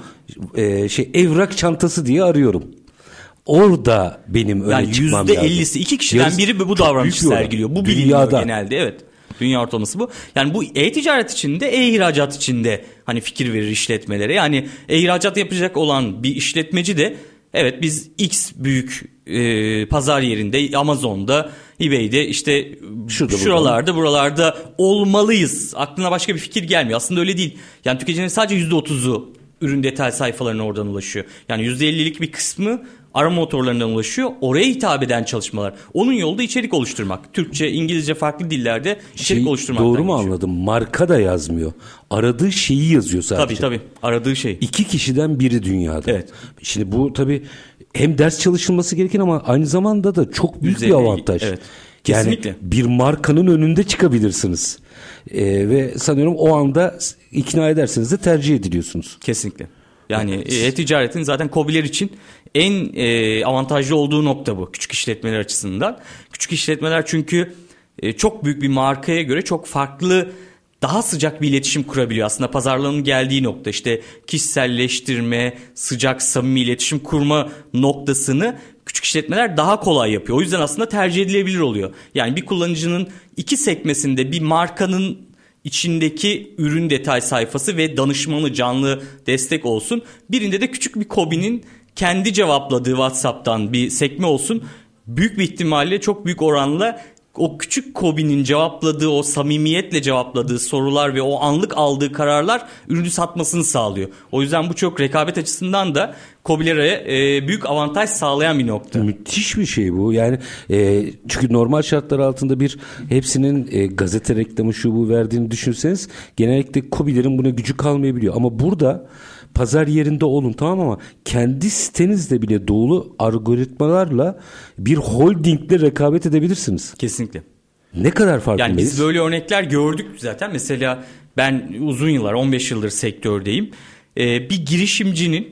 evrak çantası diye arıyorum. Orada benim öne çıkmam lazım. Yani %50'si, 2 kişiden biri bu davranışı sergiliyor. Bu biliniyor genelde, evet. Dünya ortalaması bu. Yani bu e-ticaret içinde, e-ihracat içinde hani fikir verir işletmelere. Yani e-ihracat yapacak olan bir işletmeci de evet biz X büyük pazar yerinde, Amazon'da, eBay'de, işte şuralarda buralarda olmalıyız. Aklına başka bir fikir gelmiyor. Aslında öyle değil. Yani tüketicilerin sadece %30'u ürün detay sayfalarına oradan ulaşıyor. Yani %50'lik bir kısmı arama motorlarından ulaşıyor. Oraya hitap eden çalışmalar. Onun yolu da içerik oluşturmak. Türkçe, İngilizce, farklı dillerde içerik oluşturmak. Doğru mu anladım? Marka da yazmıyor. Aradığı şeyi yazıyor sadece. Tabii. Aradığı şey. 2 kişiden biri dünyada. Evet. Şimdi bu tabii hem ders çalışılması gereken ama aynı zamanda da çok büyük bir avantaj. Evet. Yani kesinlikle. Bir markanın önünde çıkabilirsiniz. Ve sanıyorum o anda ikna ederseniz de tercih ediliyorsunuz. Kesinlikle. Yani e-ticaretin zaten KOBİ'ler için en avantajlı olduğu nokta bu. Küçük işletmeler açısından. Küçük işletmeler çünkü çok büyük bir markaya göre çok farklı, daha sıcak bir iletişim kurabiliyor. Aslında pazarlığın geldiği nokta, işte kişiselleştirme, sıcak, samimi iletişim kurma noktasını küçük işletmeler daha kolay yapıyor. O yüzden aslında tercih edilebilir oluyor. Yani bir kullanıcının iki sekmesinde bir markanın içindeki ürün detay sayfası ve danışmanı, canlı destek olsun. Birinde de küçük bir KOBİ'nin kendi cevapladığı WhatsApp'tan bir sekme olsun. Büyük bir ihtimalle, çok büyük oranla o küçük KOBİ'nin cevapladığı, o samimiyetle cevapladığı sorular ve o anlık aldığı kararlar ürünü satmasını sağlıyor. O yüzden bu çok rekabet açısından da KOBİ'lere büyük avantaj sağlayan bir nokta. Müthiş bir şey bu. Yani çünkü normal şartlar altında hepsinin gazete reklamı şu bu verdiğini düşünseniz genellikle KOBİ'lerin buna gücü kalmayabiliyor. Ama burada pazar yerinde olun, tamam, ama kendi sitenizde bile dolu algoritmalarla bir holdingle rekabet edebilirsiniz. Kesinlikle. Ne kadar farkındayız? Yani biz böyle örnekler gördük zaten. Mesela ben uzun yıllar, 15 yıldır sektördeyim. Bir girişimcinin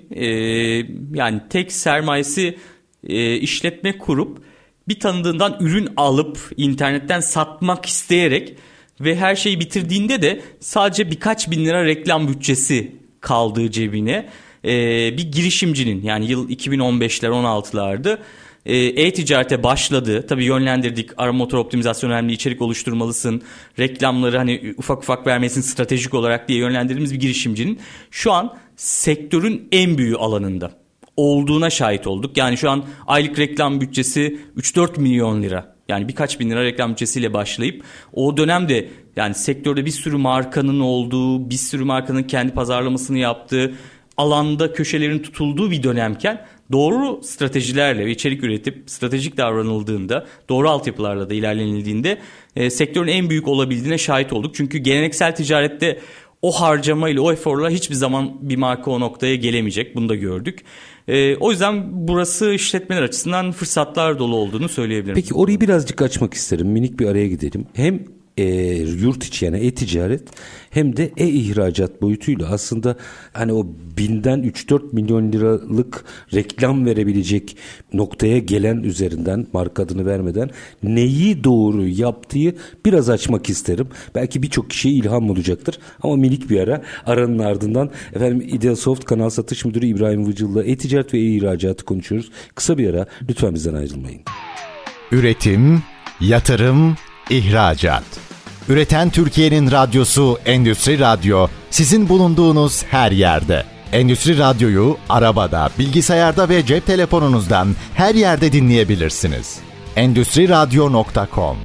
yani tek sermayesi işletme kurup bir tanıdığından ürün alıp internetten satmak isteyerek ve her şeyi bitirdiğinde de sadece birkaç bin lira reklam bütçesi kaldığı cebine, bir girişimcinin, yani yıl 2015'ler 16'lardı, e-ticarete başladı. Tabii yönlendirdik, arama motor optimizasyonu önemli, içerik oluşturmalısın, reklamları hani ufak ufak vermesin stratejik olarak diye yönlendirdiğimiz bir girişimcinin şu an sektörün en büyüğü alanında olduğuna şahit olduk. Yani şu an aylık reklam bütçesi 3-4 milyon lira. Yani birkaç bin lira reklam bütçesiyle başlayıp o dönemde yani sektörde bir sürü markanın olduğu, bir sürü markanın kendi pazarlamasını yaptığı, alanda köşelerin tutulduğu bir dönemken doğru stratejilerle ve içerik üretip stratejik davranıldığında, doğru altyapılarla da ilerlenildiğinde sektörün en büyük olabildiğine şahit olduk. Çünkü geleneksel ticarette o harcamayla, o eforla hiçbir zaman bir marka o noktaya gelemeyecek. Bunu da gördük. O yüzden burası işletmeler açısından fırsatlar dolu olduğunu söyleyebilirim. Peki orayı birazcık açmak isterim. Minik bir araya gidelim. Hem yurt içi yani e-ticaret hem de e-ihracat boyutuyla aslında hani o 1000'den 3-4 milyon liralık reklam verebilecek noktaya gelen üzerinden marka adını vermeden neyi doğru yaptığı biraz açmak isterim. Belki birçok kişiye ilham olacaktır ama minik bir ara, aranın ardından efendim Ideasoft Kanal Satış Müdürü İbrahim Vıcıl'la e-ticaret ve e-ihracatı konuşuyoruz. Kısa bir ara, lütfen bizden ayrılmayın. Üretim, yatırım, ihracat. Üreten Türkiye'nin radyosu Endüstri Radyo, sizin bulunduğunuz her yerde. Endüstri Radyo'yu arabada, bilgisayarda ve cep telefonunuzdan her yerde dinleyebilirsiniz. Endüstriradyo.com.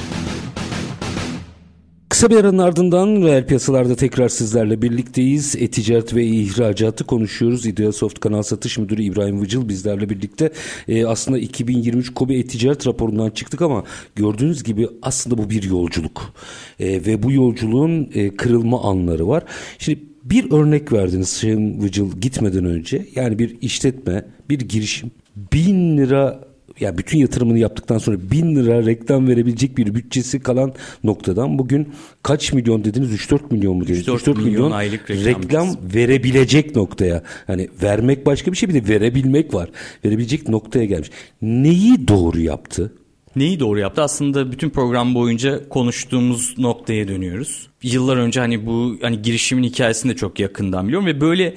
Kısa bir aranın ardından reel piyasalarda tekrar sizlerle birlikteyiz. E-ticaret ve ihracatı konuşuyoruz. Ideasoft Kanal Satış Müdürü İbrahim Vıcıl bizlerle birlikte. Aslında 2023 KOBİ e-ticaret raporundan çıktık ama gördüğünüz gibi aslında bu bir yolculuk. Ve bu yolculuğun kırılma anları var. Şimdi bir örnek verdiniz Sayın Vıcıl gitmeden önce. Yani bir işletme, bir girişim 1000 lira, ya bütün yatırımını yaptıktan sonra 1000 lira reklam verebilecek bir bütçesi kalan noktadan bugün kaç milyon dediniz? 3-4 milyon mu dediniz? 3-4 milyon aylık reklam verebilecek noktaya. Hani vermek başka bir şey, bir de verebilmek var. Verebilecek noktaya gelmiş. Neyi doğru yaptı? Neyi doğru yaptı? Aslında bütün program boyunca konuştuğumuz noktaya dönüyoruz. Yıllar önce hani bu hani girişimin hikayesini de çok yakından biliyorum ve böyle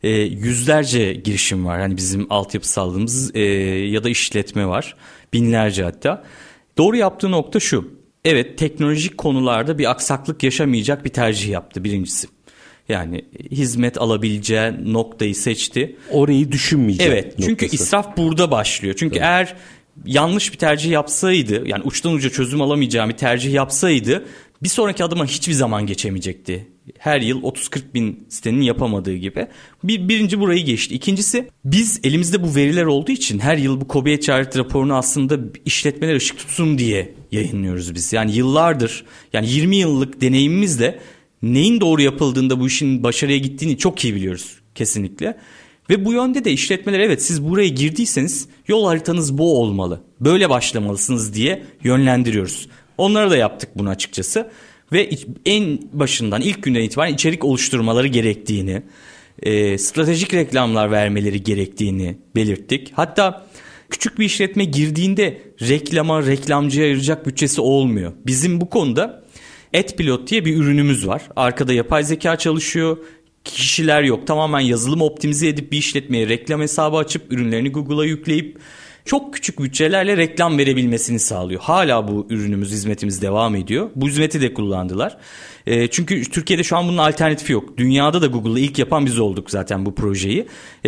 yüzlerce girişim var. Hani bizim altyapısallığımız ya da işletme var. Binlerce hatta. Doğru yaptığı nokta şu. Evet, teknolojik konularda bir aksaklık yaşamayacak bir tercih yaptı birincisi. Yani hizmet alabileceği noktayı seçti. Orayı düşünmeyecek. Evet, çünkü noktası. İsraf burada başlıyor. Çünkü evet, eğer yanlış bir tercih yapsaydı, yani uçtan uca çözüm alamayacağım bir tercih yapsaydı bir sonraki adıma hiçbir zaman geçemeyecekti. Her yıl 30-40 bin sitenin yapamadığı gibi. Birinci burayı geçti. İkincisi, biz elimizde bu veriler olduğu için her yıl bu KOBİ e-ticaret raporunu aslında işletmeler ışık tutsun diye yayınlıyoruz biz. Yani yıllardır, yani 20 yıllık deneyimimizle neyin doğru yapıldığında bu işin başarıya gittiğini çok iyi biliyoruz kesinlikle. Ve bu yönde de işletmeler, evet siz buraya girdiyseniz yol haritanız bu olmalı, böyle başlamalısınız diye yönlendiriyoruz. Onlara da yaptık bunu açıkçası. Ve en başından, ilk günden itibaren içerik oluşturmaları gerektiğini, stratejik reklamlar vermeleri gerektiğini belirttik. Hatta küçük bir işletme girdiğinde reklama, reklamcıya ayıracak bütçesi olmuyor. Bizim bu konuda AdPilot diye bir ürünümüz var. Arkada yapay zeka çalışıyor. Kişiler yok. Tamamen yazılım optimize edip bir işletmeye reklam hesabı açıp ürünlerini Google'a yükleyip çok küçük bütçelerle reklam verebilmesini sağlıyor. Hala bu ürünümüz, hizmetimiz devam ediyor. Bu hizmeti de kullandılar. Çünkü Türkiye'de şu an bunun alternatifi yok. Dünyada da Google'la ilk yapan biz olduk zaten bu projeyi.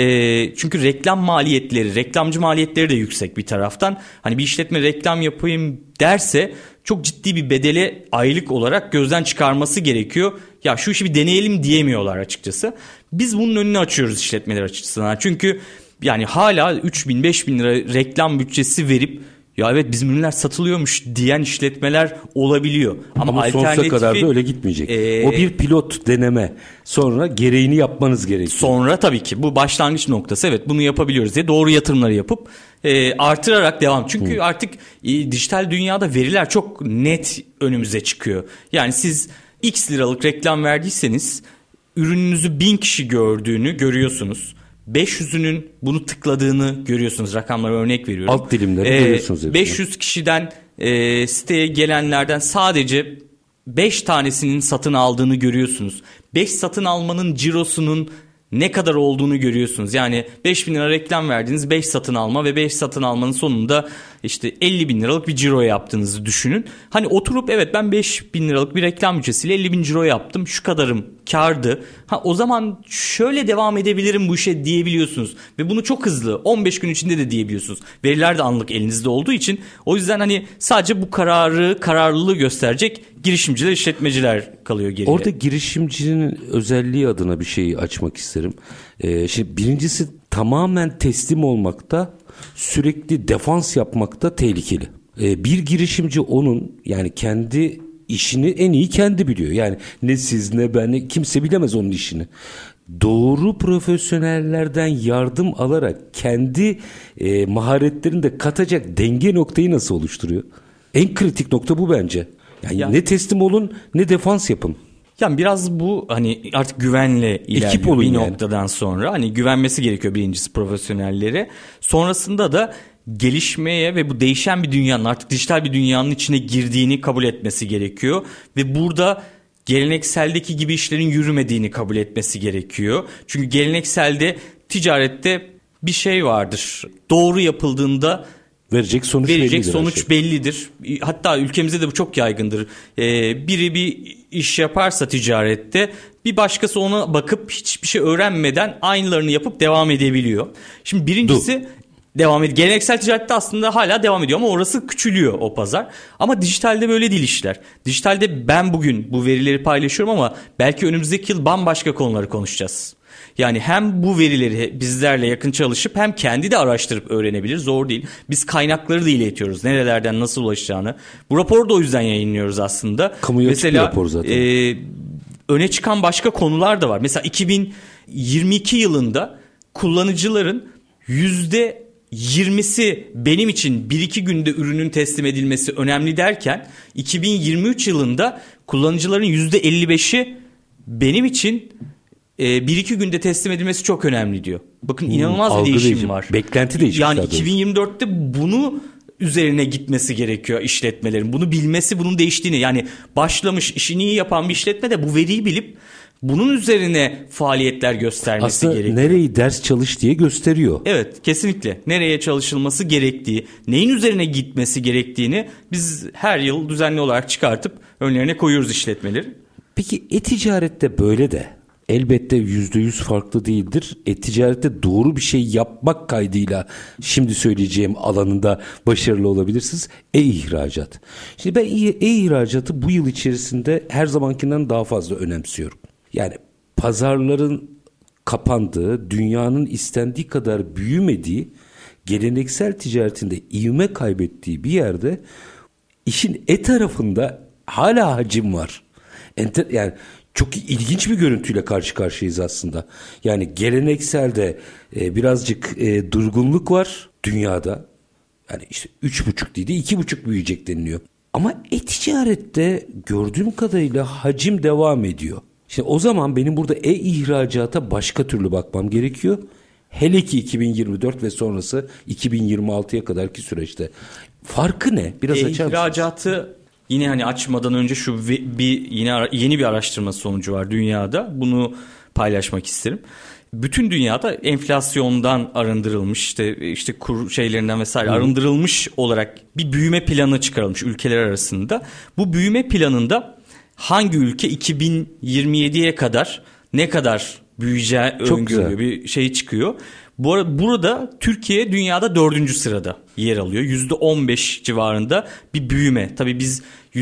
Çünkü reklam maliyetleri, reklamcı maliyetleri de yüksek bir taraftan. Hani bir işletme reklam yapayım derse çok ciddi bir bedeli aylık olarak gözden çıkarması gerekiyor. Ya şu işi bir deneyelim diyemiyorlar açıkçası. Biz bunun önünü açıyoruz işletmeler açısından. Çünkü yani hala 3.000-5.000 lira reklam bütçesi verip ya evet bizim ürünler satılıyormuş diyen işletmeler olabiliyor. Ama sonsuza kadar da öyle gitmeyecek. O bir pilot deneme. Sonra gereğini yapmanız gerekiyor. Sonra tabii ki bu başlangıç noktası. Evet bunu yapabiliyoruz diye doğru yatırımları yapıp artırarak devam. Çünkü artık dijital dünyada veriler çok net önümüze çıkıyor. Yani siz X liralık reklam verdiyseniz ürününüzü 1000 kişi gördüğünü görüyorsunuz. 500'ünün bunu tıkladığını görüyorsunuz. Rakamlara örnek veriyorum. Alt dilimleri görüyorsunuz. 500 kişiden siteye gelenlerden sadece 5 tanesinin satın aldığını görüyorsunuz. 5 satın almanın cirosunun ne kadar olduğunu görüyorsunuz. Yani 5.000 lira reklam verdiğiniz 5 satın alma ve 5 satın almanın sonunda işte 50.000 liralık bir ciro yaptığınızı düşünün. Hani oturup evet ben 5.000 liralık bir reklam bütçesiyle 50.000 ciro yaptım. Şu kadarım kârdı. O zaman şöyle devam edebilirim bu işe diyebiliyorsunuz. Ve bunu çok hızlı 15 gün içinde de diyebiliyorsunuz. Veriler de anlık elinizde olduğu için. O yüzden hani sadece bu kararlılığı gösterecek girişimciler, işletmeciler kalıyor geriye. Orada girişimcinin özelliği adına bir şeyi açmak isterim. Şimdi birincisi tamamen teslim olmakta, sürekli defans yapmakta tehlikeli. Bir girişimci onun yani kendi işini en iyi kendi biliyor. Yani ne siz ne ben ne kimse bilemez onun işini. Doğru profesyonellerden yardım alarak kendi maharetlerini de katacak denge noktayı nasıl oluşturuyor? En kritik nokta bu bence. Yani ne teslim olun ne defans yapın. Yani biraz bu hani artık güvenle ilerliyor bir noktadan sonra. Hani güvenmesi gerekiyor birincisi profesyonellere. Sonrasında da gelişmeye ve bu değişen bir dünyanın, artık dijital bir dünyanın içine girdiğini kabul etmesi gerekiyor. Ve burada gelenekseldeki gibi işlerin yürümediğini kabul etmesi gerekiyor. Çünkü gelenekselde, ticarette bir şey vardır. Doğru yapıldığında verecek sonuç bellidir. Hatta ülkemizde de bu çok yaygındır. Biri bir iş yaparsa ticarette, bir başkası ona bakıp hiçbir şey öğrenmeden aynılarını yapıp devam edebiliyor. Şimdi birincisi geleneksel ticarette aslında hala devam ediyor ama orası küçülüyor o pazar. Ama dijitalde böyle değil işler. Dijitalde ben bugün bu verileri paylaşıyorum ama belki önümüzdeki yıl bambaşka konuları konuşacağız. Yani hem bu verileri bizlerle yakın çalışıp hem kendi de araştırıp öğrenebilir. Zor değil. Biz kaynakları da iletiyoruz. Nerelerden nasıl ulaşacağını. Bu raporu da o yüzden yayınlıyoruz aslında. Kamuya açık bir rapor zaten. Öne çıkan başka konular da var. Mesela 2022 yılında kullanıcıların %20'si benim için 1-2 günde ürünün teslim edilmesi önemli derken 2023 yılında kullanıcıların %55'i benim için 1-2 günde teslim edilmesi çok önemli diyor. Bakın inanılmaz bir değişim var. Beklenti değişmiş. Yani 2024'te bunu üzerine gitmesi gerekiyor işletmelerin. Bunu bilmesi, bunun değiştiğini, yani başlamış işini iyi yapan bir işletme de bu veriyi bilip bunun üzerine faaliyetler göstermesi aslında gerekiyor. Nereyi ders çalış diye gösteriyor. Evet, kesinlikle. Nereye çalışılması gerektiği, neyin üzerine gitmesi gerektiğini biz her yıl düzenli olarak çıkartıp önlerine koyuyoruz işletmeleri. Peki e-ticarette böyle de elbette %100 farklı değildir. E-ticarette doğru bir şey yapmak kaydıyla şimdi söyleyeceğim alanında başarılı olabilirsiniz. E-ihracat. Şimdi ben e-ihracatı bu yıl içerisinde her zamankinden daha fazla önemsiyorum. Yani pazarların kapandığı, dünyanın istendiği kadar büyümediği, geleneksel ticaretinde ivme kaybettiği bir yerde işin tarafında hala hacim var. Yani çok ilginç bir görüntüyle karşı karşıyayız aslında. Yani gelenekselde birazcık durgunluk var dünyada. Yani işte 3,5 değil de 2,5 büyüyecek deniliyor. Ama e-ticarette gördüğüm kadarıyla hacim devam ediyor. Şimdi o zaman benim burada e-ihracata başka türlü bakmam gerekiyor. Hele ki 2024 ve sonrası 2026'ya kadarki süreçte. Farkı ne? Biraz açar mısınız? İhracatı yine hani açmadan önce yeni bir araştırma sonucu var dünyada. Bunu paylaşmak isterim. Bütün dünyada enflasyondan arındırılmış, işte kur şeylerinden vesaire arındırılmış olarak bir büyüme planı çıkarılmış ülkeler arasında. Bu büyüme planında hangi ülke 2027'ye kadar ne kadar büyüyeceği öngörülüyor, bir şey çıkıyor. Burada Türkiye dünyada 4. sırada yer alıyor. %15 civarında bir büyüme. Tabii biz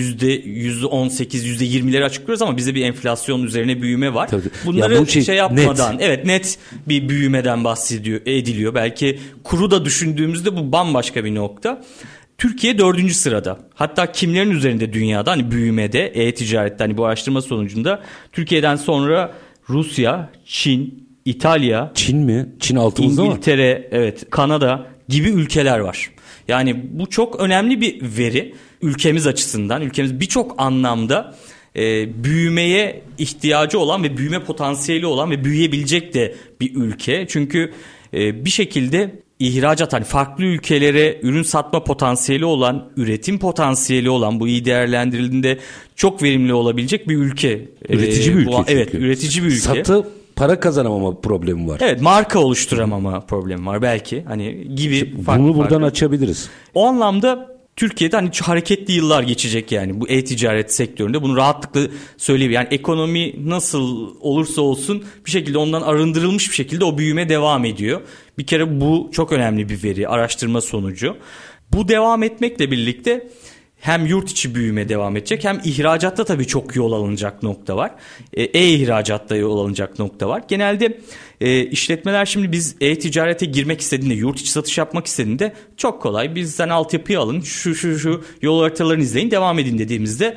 %18, %20'leri açıklıyoruz ama bize bir enflasyon üzerine büyüme var. Tabii. Bunları ya şey yapmadan, net bir büyümeden ediliyor. Belki kuru da düşündüğümüzde bu bambaşka bir nokta. Türkiye 4. sırada. Hatta kimlerin üzerinde dünyada hani büyümede, e-ticarette, hani bu araştırma sonucunda Türkiye'den sonra Rusya, Çin, İtalya, Çin mi? Çin altımızda mı? İngiltere, evet, Kanada gibi ülkeler var. Yani bu çok önemli bir veri ülkemiz açısından. Ülkemiz birçok anlamda büyümeye ihtiyacı olan ve büyüme potansiyeli olan ve büyüyebilecek de bir ülke. Çünkü bir şekilde ihracat, hani farklı ülkelere ürün satma potansiyeli olan, üretim potansiyeli olan, bu iyi değerlendirildiğinde çok verimli olabilecek bir ülke. Üretici bir ülke çünkü. Evet, üretici bir ülke. Para kazanamama problemi var. Evet, marka oluşturamama problemi var belki. Hani gibi farklı. Bunu buradan açabiliriz. O anlamda Türkiye'de hani hareketli yıllar geçecek yani bu e-ticaret sektöründe. Bunu rahatlıkla söyleyebilirim. Yani ekonomi nasıl olursa olsun bir şekilde ondan arındırılmış bir şekilde o büyüme devam ediyor. Bir kere bu çok önemli bir veri, araştırma sonucu. Bu devam etmekle birlikte hem yurt içi büyüme devam edecek, hem ihracatta tabii çok yol alınacak nokta var. E-ihracatta yol alınacak nokta var. Genelde işletmeler şimdi biz e-ticarete girmek istediğinde, yurt içi satış yapmak istediğinde çok kolay. Bizden altyapıyı alın, şu yol haritalarını izleyin, devam edin dediğimizde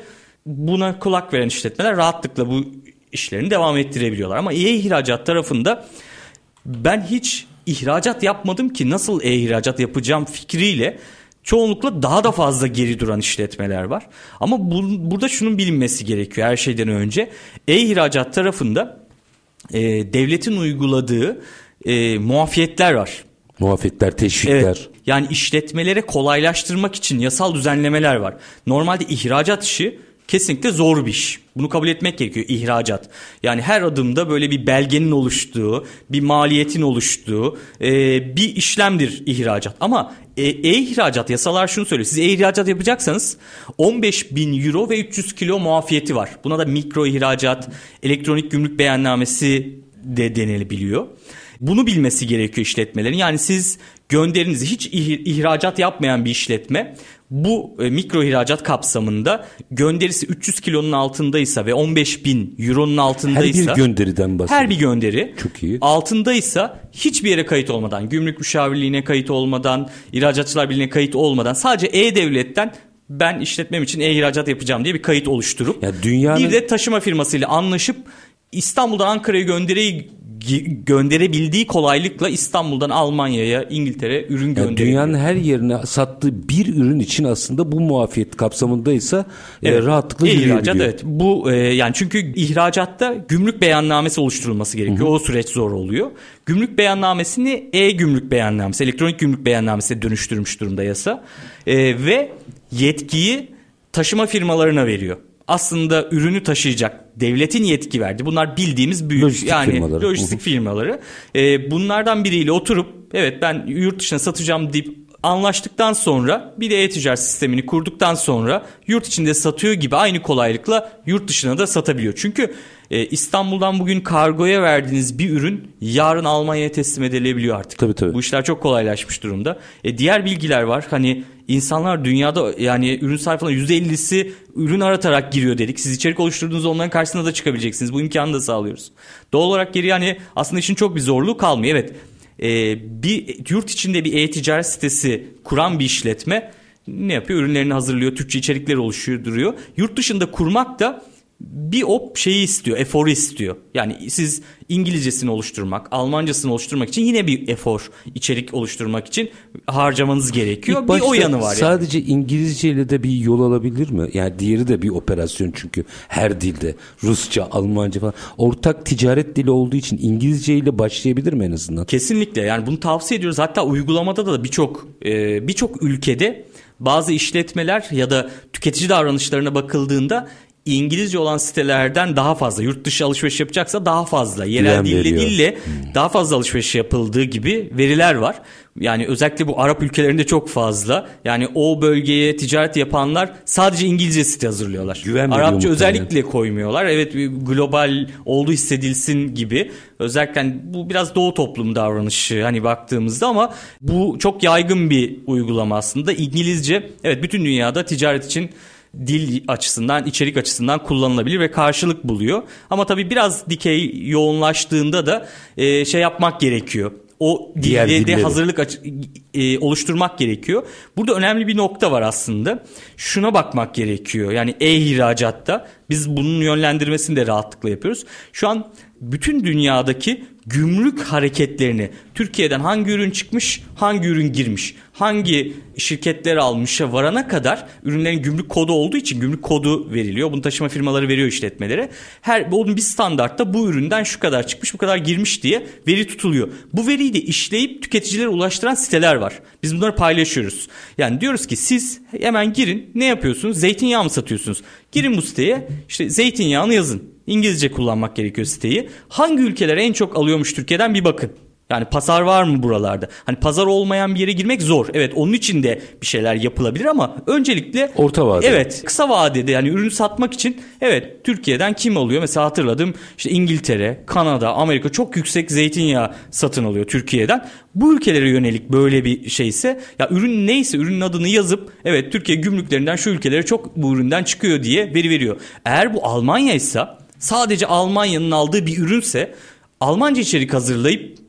buna kulak veren işletmeler rahatlıkla bu işlerini devam ettirebiliyorlar. Ama e-ihracat tarafında ben hiç ihracat yapmadım ki nasıl e-ihracat yapacağım fikriyle çoğunlukla daha da fazla geri duran işletmeler var. Ama burada şunun bilinmesi gerekiyor her şeyden önce. E-ihracat tarafında devletin uyguladığı muafiyetler var. Muafiyetler, teşvikler. Evet, yani işletmelere kolaylaştırmak için yasal düzenlemeler var. Normalde ihracat işi kesinlikle zor bir iş. Bunu kabul etmek gerekiyor, ihracat. Yani her adımda böyle bir belgenin oluştuğu, bir maliyetin oluştuğu bir işlemdir ihracat. Ama e-ihracat yasalar şunu söylüyor. Siz e-ihracat yapacaksanız 15.000 euro ve 300 kilo muafiyeti var. Buna da mikro ihracat, elektronik gümrük beyannamesi de denilebiliyor. Bunu bilmesi gerekiyor işletmelerin. Yani siz gönderinizi hiç ihracat yapmayan bir işletme bu mikro ihracat kapsamında gönderisi 300 kilonun altındaysa ve 15.000 euronun altındaysa, her bir gönderiden bahsediyor. Her bir gönderi çok iyi. Altındaysa hiçbir yere kayıt olmadan, gümrük müşavirliğine kayıt olmadan, ihracatçılar birliğine kayıt olmadan sadece E-Devlet'ten ben işletmem için e-ihracat yapacağım diye bir kayıt oluşturup bir de taşıma firmasıyla anlaşıp İstanbul'dan Ankara'ya gönderebildiği kolaylıkla İstanbul'dan Almanya'ya, İngiltere ürün gönderiyor. Dünyanın her yerine sattığı bir ürün için aslında bu muafiyet kapsamındaysa rahatlıkla yürüyebiliyor. Evet. Bu yani çünkü ihracatta gümrük beyannamesi oluşturulması gerekiyor. O süreç zor oluyor. Gümrük beyannamesini e-gümrük beyannamesi, elektronik gümrük beyannamesine dönüştürmüş durumda yasa. Ve yetkiyi taşıma firmalarına veriyor. Aslında ürünü taşıyacak devletin yetki verdi. Bunlar bildiğimiz büyük lojistik firmaları. Bunlardan biriyle oturup evet ben yurt dışına satacağım deyip anlaştıktan sonra bir de e-ticaret sistemini kurduktan sonra yurt içinde satıyor gibi aynı kolaylıkla yurt dışına da satabiliyor. Çünkü İstanbul'dan bugün kargoya verdiğiniz bir ürün yarın Almanya'ya teslim edilebiliyor artık. Tabii. Bu işler çok kolaylaşmış durumda. Diğer bilgiler var. Hani insanlar dünyada yani ürün sayfalarına %50'si ürün aratarak giriyor dedik. Siz içerik oluşturduğunuzda onların karşısına da çıkabileceksiniz. Bu imkanı da sağlıyoruz. Doğal olarak geri yani aslında işin çok bir zorluğu kalmıyor. Evet. Bir yurt içinde bir e-ticaret sitesi kuran bir işletme ne yapıyor? Ürünlerini hazırlıyor, Türkçe içerikleri oluşturuyor. Yurt dışında kurmak da bir şeyi istiyor, eforu istiyor. Yani siz İngilizcesini oluşturmak, Almancasını oluşturmak için yine bir efor, içerik oluşturmak için harcamanız gerekiyor. Bir o yanı var. Sadece İngilizceyle de bir yol alabilir mi? Yani diğeri de bir operasyon çünkü her dilde. Rusça, Almanca falan. Ortak ticaret dili olduğu için İngilizceyle başlayabilir mi en azından? Kesinlikle. Yani bunu tavsiye ediyoruz. Hatta uygulamada da birçok ülkede bazı işletmeler ya da tüketici davranışlarına bakıldığında İngilizce olan sitelerden daha fazla, yurt dışı alışveriş yapacaksa daha fazla, yerel dille daha fazla alışveriş yapıldığı gibi veriler var. Yani özellikle bu Arap ülkelerinde çok fazla. Yani o bölgeye ticaret yapanlar sadece İngilizce site hazırlıyorlar. Arapça özellikle koymuyorlar. Evet, global olduğu hissedilsin gibi. Özellikle bu biraz Doğu toplumu davranışı hani baktığımızda ama bu çok yaygın bir uygulama aslında. İngilizce evet bütün dünyada ticaret için dil açısından, içerik açısından kullanılabilir ve karşılık buluyor. Ama tabii biraz dikey yoğunlaştığında da yapmak gerekiyor. O dilde de hazırlık oluşturmak gerekiyor. Burada önemli bir nokta var aslında. Şuna bakmak gerekiyor. Yani e-ihracatta biz bunun yönlendirmesini de rahatlıkla yapıyoruz. Şu an bütün dünyadaki gümrük hareketlerini, Türkiye'den hangi ürün çıkmış, hangi ürün girmiş, hangi şirketler almışa varana kadar ürünlerin gümrük kodu olduğu için gümrük kodu veriliyor. Bunu taşıma firmaları veriyor işletmelere. Onun bir standartta bu üründen şu kadar çıkmış, bu kadar girmiş diye veri tutuluyor. Bu veriyi de işleyip tüketicilere ulaştıran siteler var. Biz bunları paylaşıyoruz. Yani diyoruz ki siz hemen girin. Ne yapıyorsunuz? Zeytinyağı mı satıyorsunuz? Girin bu siteye. İşte zeytinyağını yazın. İngilizce kullanmak gerekiyor siteyi. Hangi ülkeler en çok alıyormuş Türkiye'den bir bakın. Yani pazar var mı buralarda? Hani pazar olmayan bir yere girmek zor. Evet, onun için de bir şeyler yapılabilir ama öncelikle orta vadede. Evet, kısa vadede yani ürünü satmak için evet Türkiye'den kim alıyor? Mesela hatırladım işte İngiltere, Kanada, Amerika çok yüksek zeytinyağı satın alıyor Türkiye'den. Bu ülkelere yönelik böyle bir şeyse ya ürün neyse ürünün adını yazıp evet Türkiye gümrüklerinden şu ülkelere çok bu üründen çıkıyor diye veri veriyor. Eğer bu Almanya ise sadece Almanya'nın aldığı bir ürünse Almanca içerik hazırlayıp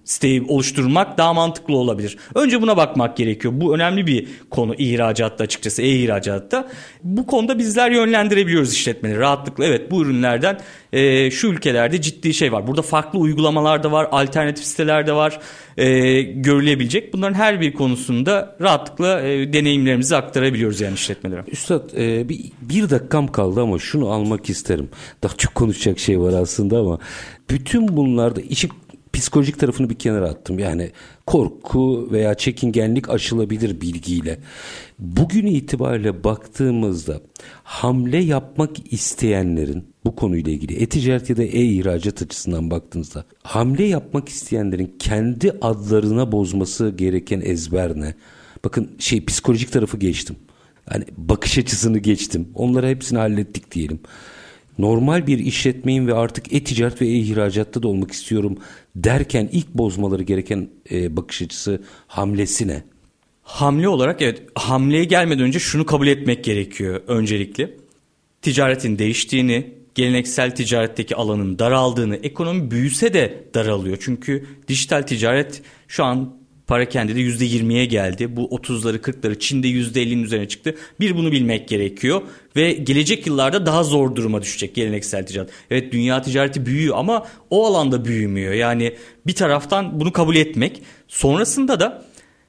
siteyi oluşturmak daha mantıklı olabilir. Önce buna bakmak gerekiyor. Bu önemli bir konu ihracatta, açıkçası e-ihracatta. Bu konuda bizler yönlendirebiliyoruz işletmeleri rahatlıkla. Evet, bu ürünlerden şu ülkelerde ciddi şey var. Burada farklı uygulamalar da var, alternatif siteler de var görülebilecek. Bunların her bir konusunda rahatlıkla deneyimlerimizi aktarabiliyoruz yani işletmelere. Üstad, bir dakikam kaldı ama şunu almak isterim. Daha çok konuşacak şey var aslında ama bütün bunlarda işin psikolojik tarafını bir kenara attım. Yani korku veya çekingenlik aşılabilir bilgiyle. Bugün itibariyle baktığımızda hamle yapmak isteyenlerin, bu konuyla ilgili e-ticaret ya da e-ihracat açısından baktığınızda hamle yapmak isteyenlerin kendi adlarına bozması gereken ezber ne? Bakın psikolojik tarafı geçtim. Yani bakış açısını geçtim. Onları hepsini hallettik diyelim. Normal bir işletmeyim ve artık e-ticaret ve e-ihracatta da olmak istiyorum derken ilk bozmaları gereken bakış açısı, hamlesi ne? Hamle olarak evet, hamleye gelmeden önce şunu kabul etmek gerekiyor öncelikle. Ticaretin değiştiğini, geleneksel ticaretteki alanın daraldığını, ekonomi büyüse de daralıyor. Çünkü dijital ticaret şu an Parakende'de %20'ye geldi. Bu 30'ları 40'ları Çin'de %50'nin üzerine çıktı. Bunu bilmek gerekiyor ve gelecek yıllarda daha zor duruma düşecek geleneksel ticaret. Evet, dünya ticareti büyüyor ama o alanda büyümüyor. Yani bir taraftan bunu kabul etmek, sonrasında da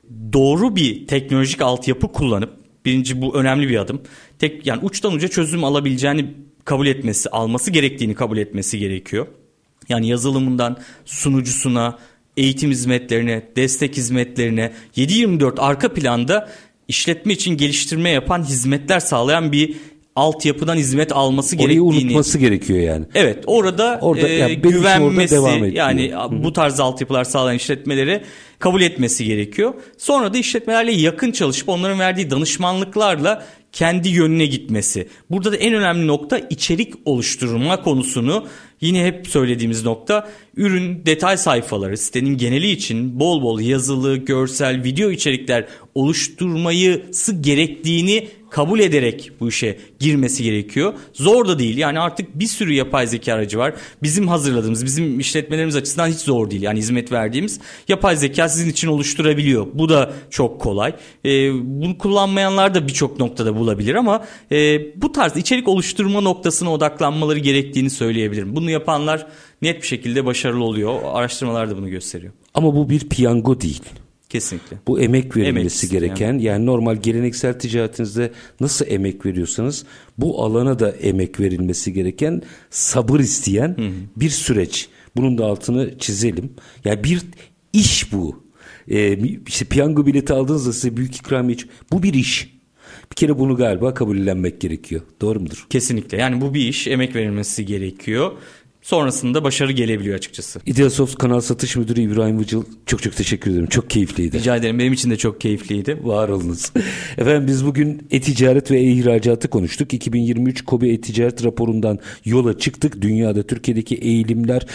doğru bir teknolojik altyapı kullanıp, birinci bu önemli bir adım. Yani uçtan uca çözüm alabileceğini kabul etmesi, alması gerektiğini kabul etmesi gerekiyor. Yani yazılımından sunucusuna, eğitim hizmetlerine, destek hizmetlerine 7/24 arka planda işletme için geliştirme yapan, hizmetler sağlayan bir altyapıdan hizmet alması orayı gerektiğini. Orayı unutması gerekiyor yani. Evet, orada yani güvenmesi, yani bu tarz altyapılar sağlayan işletmeleri kabul etmesi gerekiyor. Sonra da işletmelerle yakın çalışıp onların verdiği danışmanlıklarla kendi yönüne gitmesi. Burada da en önemli nokta içerik oluşturma konusunu, yine hep söylediğimiz nokta, ürün detay sayfaları, sitenin geneli için bol bol yazılı, görsel, video içerikler oluşturması gerektiğini kabul ederek bu işe girmesi gerekiyor. Zor da değil. Yani artık bir sürü yapay zeka aracı var. Bizim hazırladığımız, bizim işletmelerimiz açısından hiç zor değil. Yani hizmet verdiğimiz yapay zeka sizin için oluşturabiliyor. Bu da çok kolay. Bunu kullanmayanlar da birçok noktada bulabilir ama bu tarz içerik oluşturma noktasına odaklanmaları gerektiğini söyleyebilirim. Bunu yapanlar net bir şekilde başarılı oluyor. Araştırmalar da bunu gösteriyor. Ama bu bir piyango değil. Kesinlikle. Bu emek verilmesi gereken, yani normal geleneksel ticaretinizde nasıl emek veriyorsanız bu alana da emek verilmesi gereken, sabır isteyen bir süreç. Bunun da altını çizelim. Yani bir iş bu. İşte piyango bileti aldığınızda size büyük ikramiye, bu bir iş. Bir kere bunu galiba kabullenmek gerekiyor. Doğru mudur? Kesinlikle. Yani bu bir iş, emek verilmesi gerekiyor. Sonrasında başarı gelebiliyor açıkçası. Ideasoft Kanal Satış Müdürü İbrahim Vıcıl, çok teşekkür ederim. Çok keyifliydi. Rica ederim. Benim için de çok keyifliydi. Var olunuz. Efendim, biz bugün e-ticaret ve e-ihracatı konuştuk. 2023 KOBİ e-ticaret raporundan yola çıktık. Dünyada, Türkiye'deki eğilimler,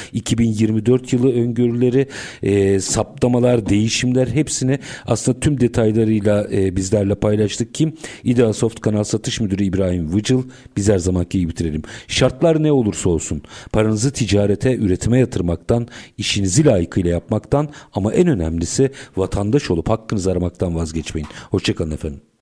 2024 yılı öngörüleri, saptamalar, değişimler, hepsini aslında tüm detaylarıyla bizlerle paylaştık. Kim? Ideasoft Kanal Satış Müdürü İbrahim Vıcıl. Biz her zamanki gibi bitirelim. Şartlar ne olursa olsun, paranızı ticarete, üretime yatırmaktan, işinizi layıkıyla yapmaktan ama en önemlisi vatandaş olup hakkınızı aramaktan vazgeçmeyin. Hoşçakalın efendim.